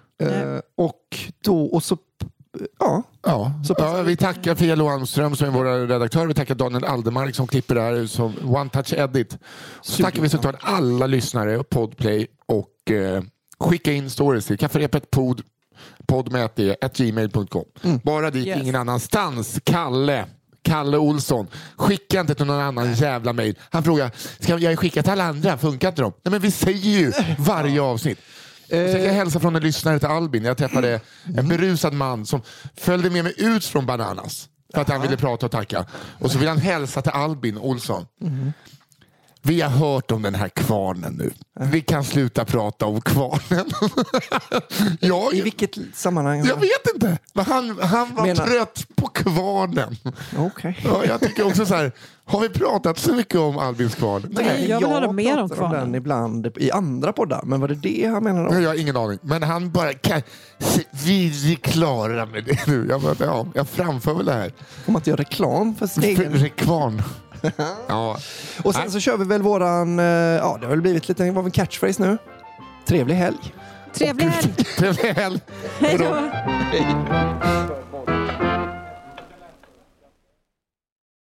Vi tackar Fia Lohanström som är vår redaktör. Vi tackar Daniel Aldermark som klipper det här som One Touch Edit. Så tackar vi såklart alla lyssnare och Podplay och skicka in stories till kafferepet.pod med gmail.com. Bara dit, ingen annanstans. Kalle Olsson. Skicka inte till någon annan jävla mejl. Han frågar, ska jag skicka till alla andra? Funkar inte de? Nej, men vi säger ju varje avsnitt. Så jag hälsa från en lyssnare till Albin. Jag träffade en berusad man som följde med mig ut från Bananas för att han ville prata och tacka. Och så vill han hälsa till Albin Olsson. Vi har hört om den här kvarnen nu. Vi kan sluta prata om kvarnen. I vilket sammanhang? Jag vet inte. Men han var trött på kvarnen. Okay. Ja, jag tycker också så här. Har vi pratat så mycket om Albins kvarn? Nej, jag vill höra mer om kvarnen. Den ibland i andra poddar. Men var det han menade? Jag har ingen aning. Men han bara vi är klara med det nu. Jag framför väl det här. Får man inte göra reklam för sin egen? Rekvarn. Ja. Och sen så kör vi väl våran, det har väl blivit lite av en catchphrase nu. Trevlig helg. Trevlig helg. Trevlig helg. Hej då.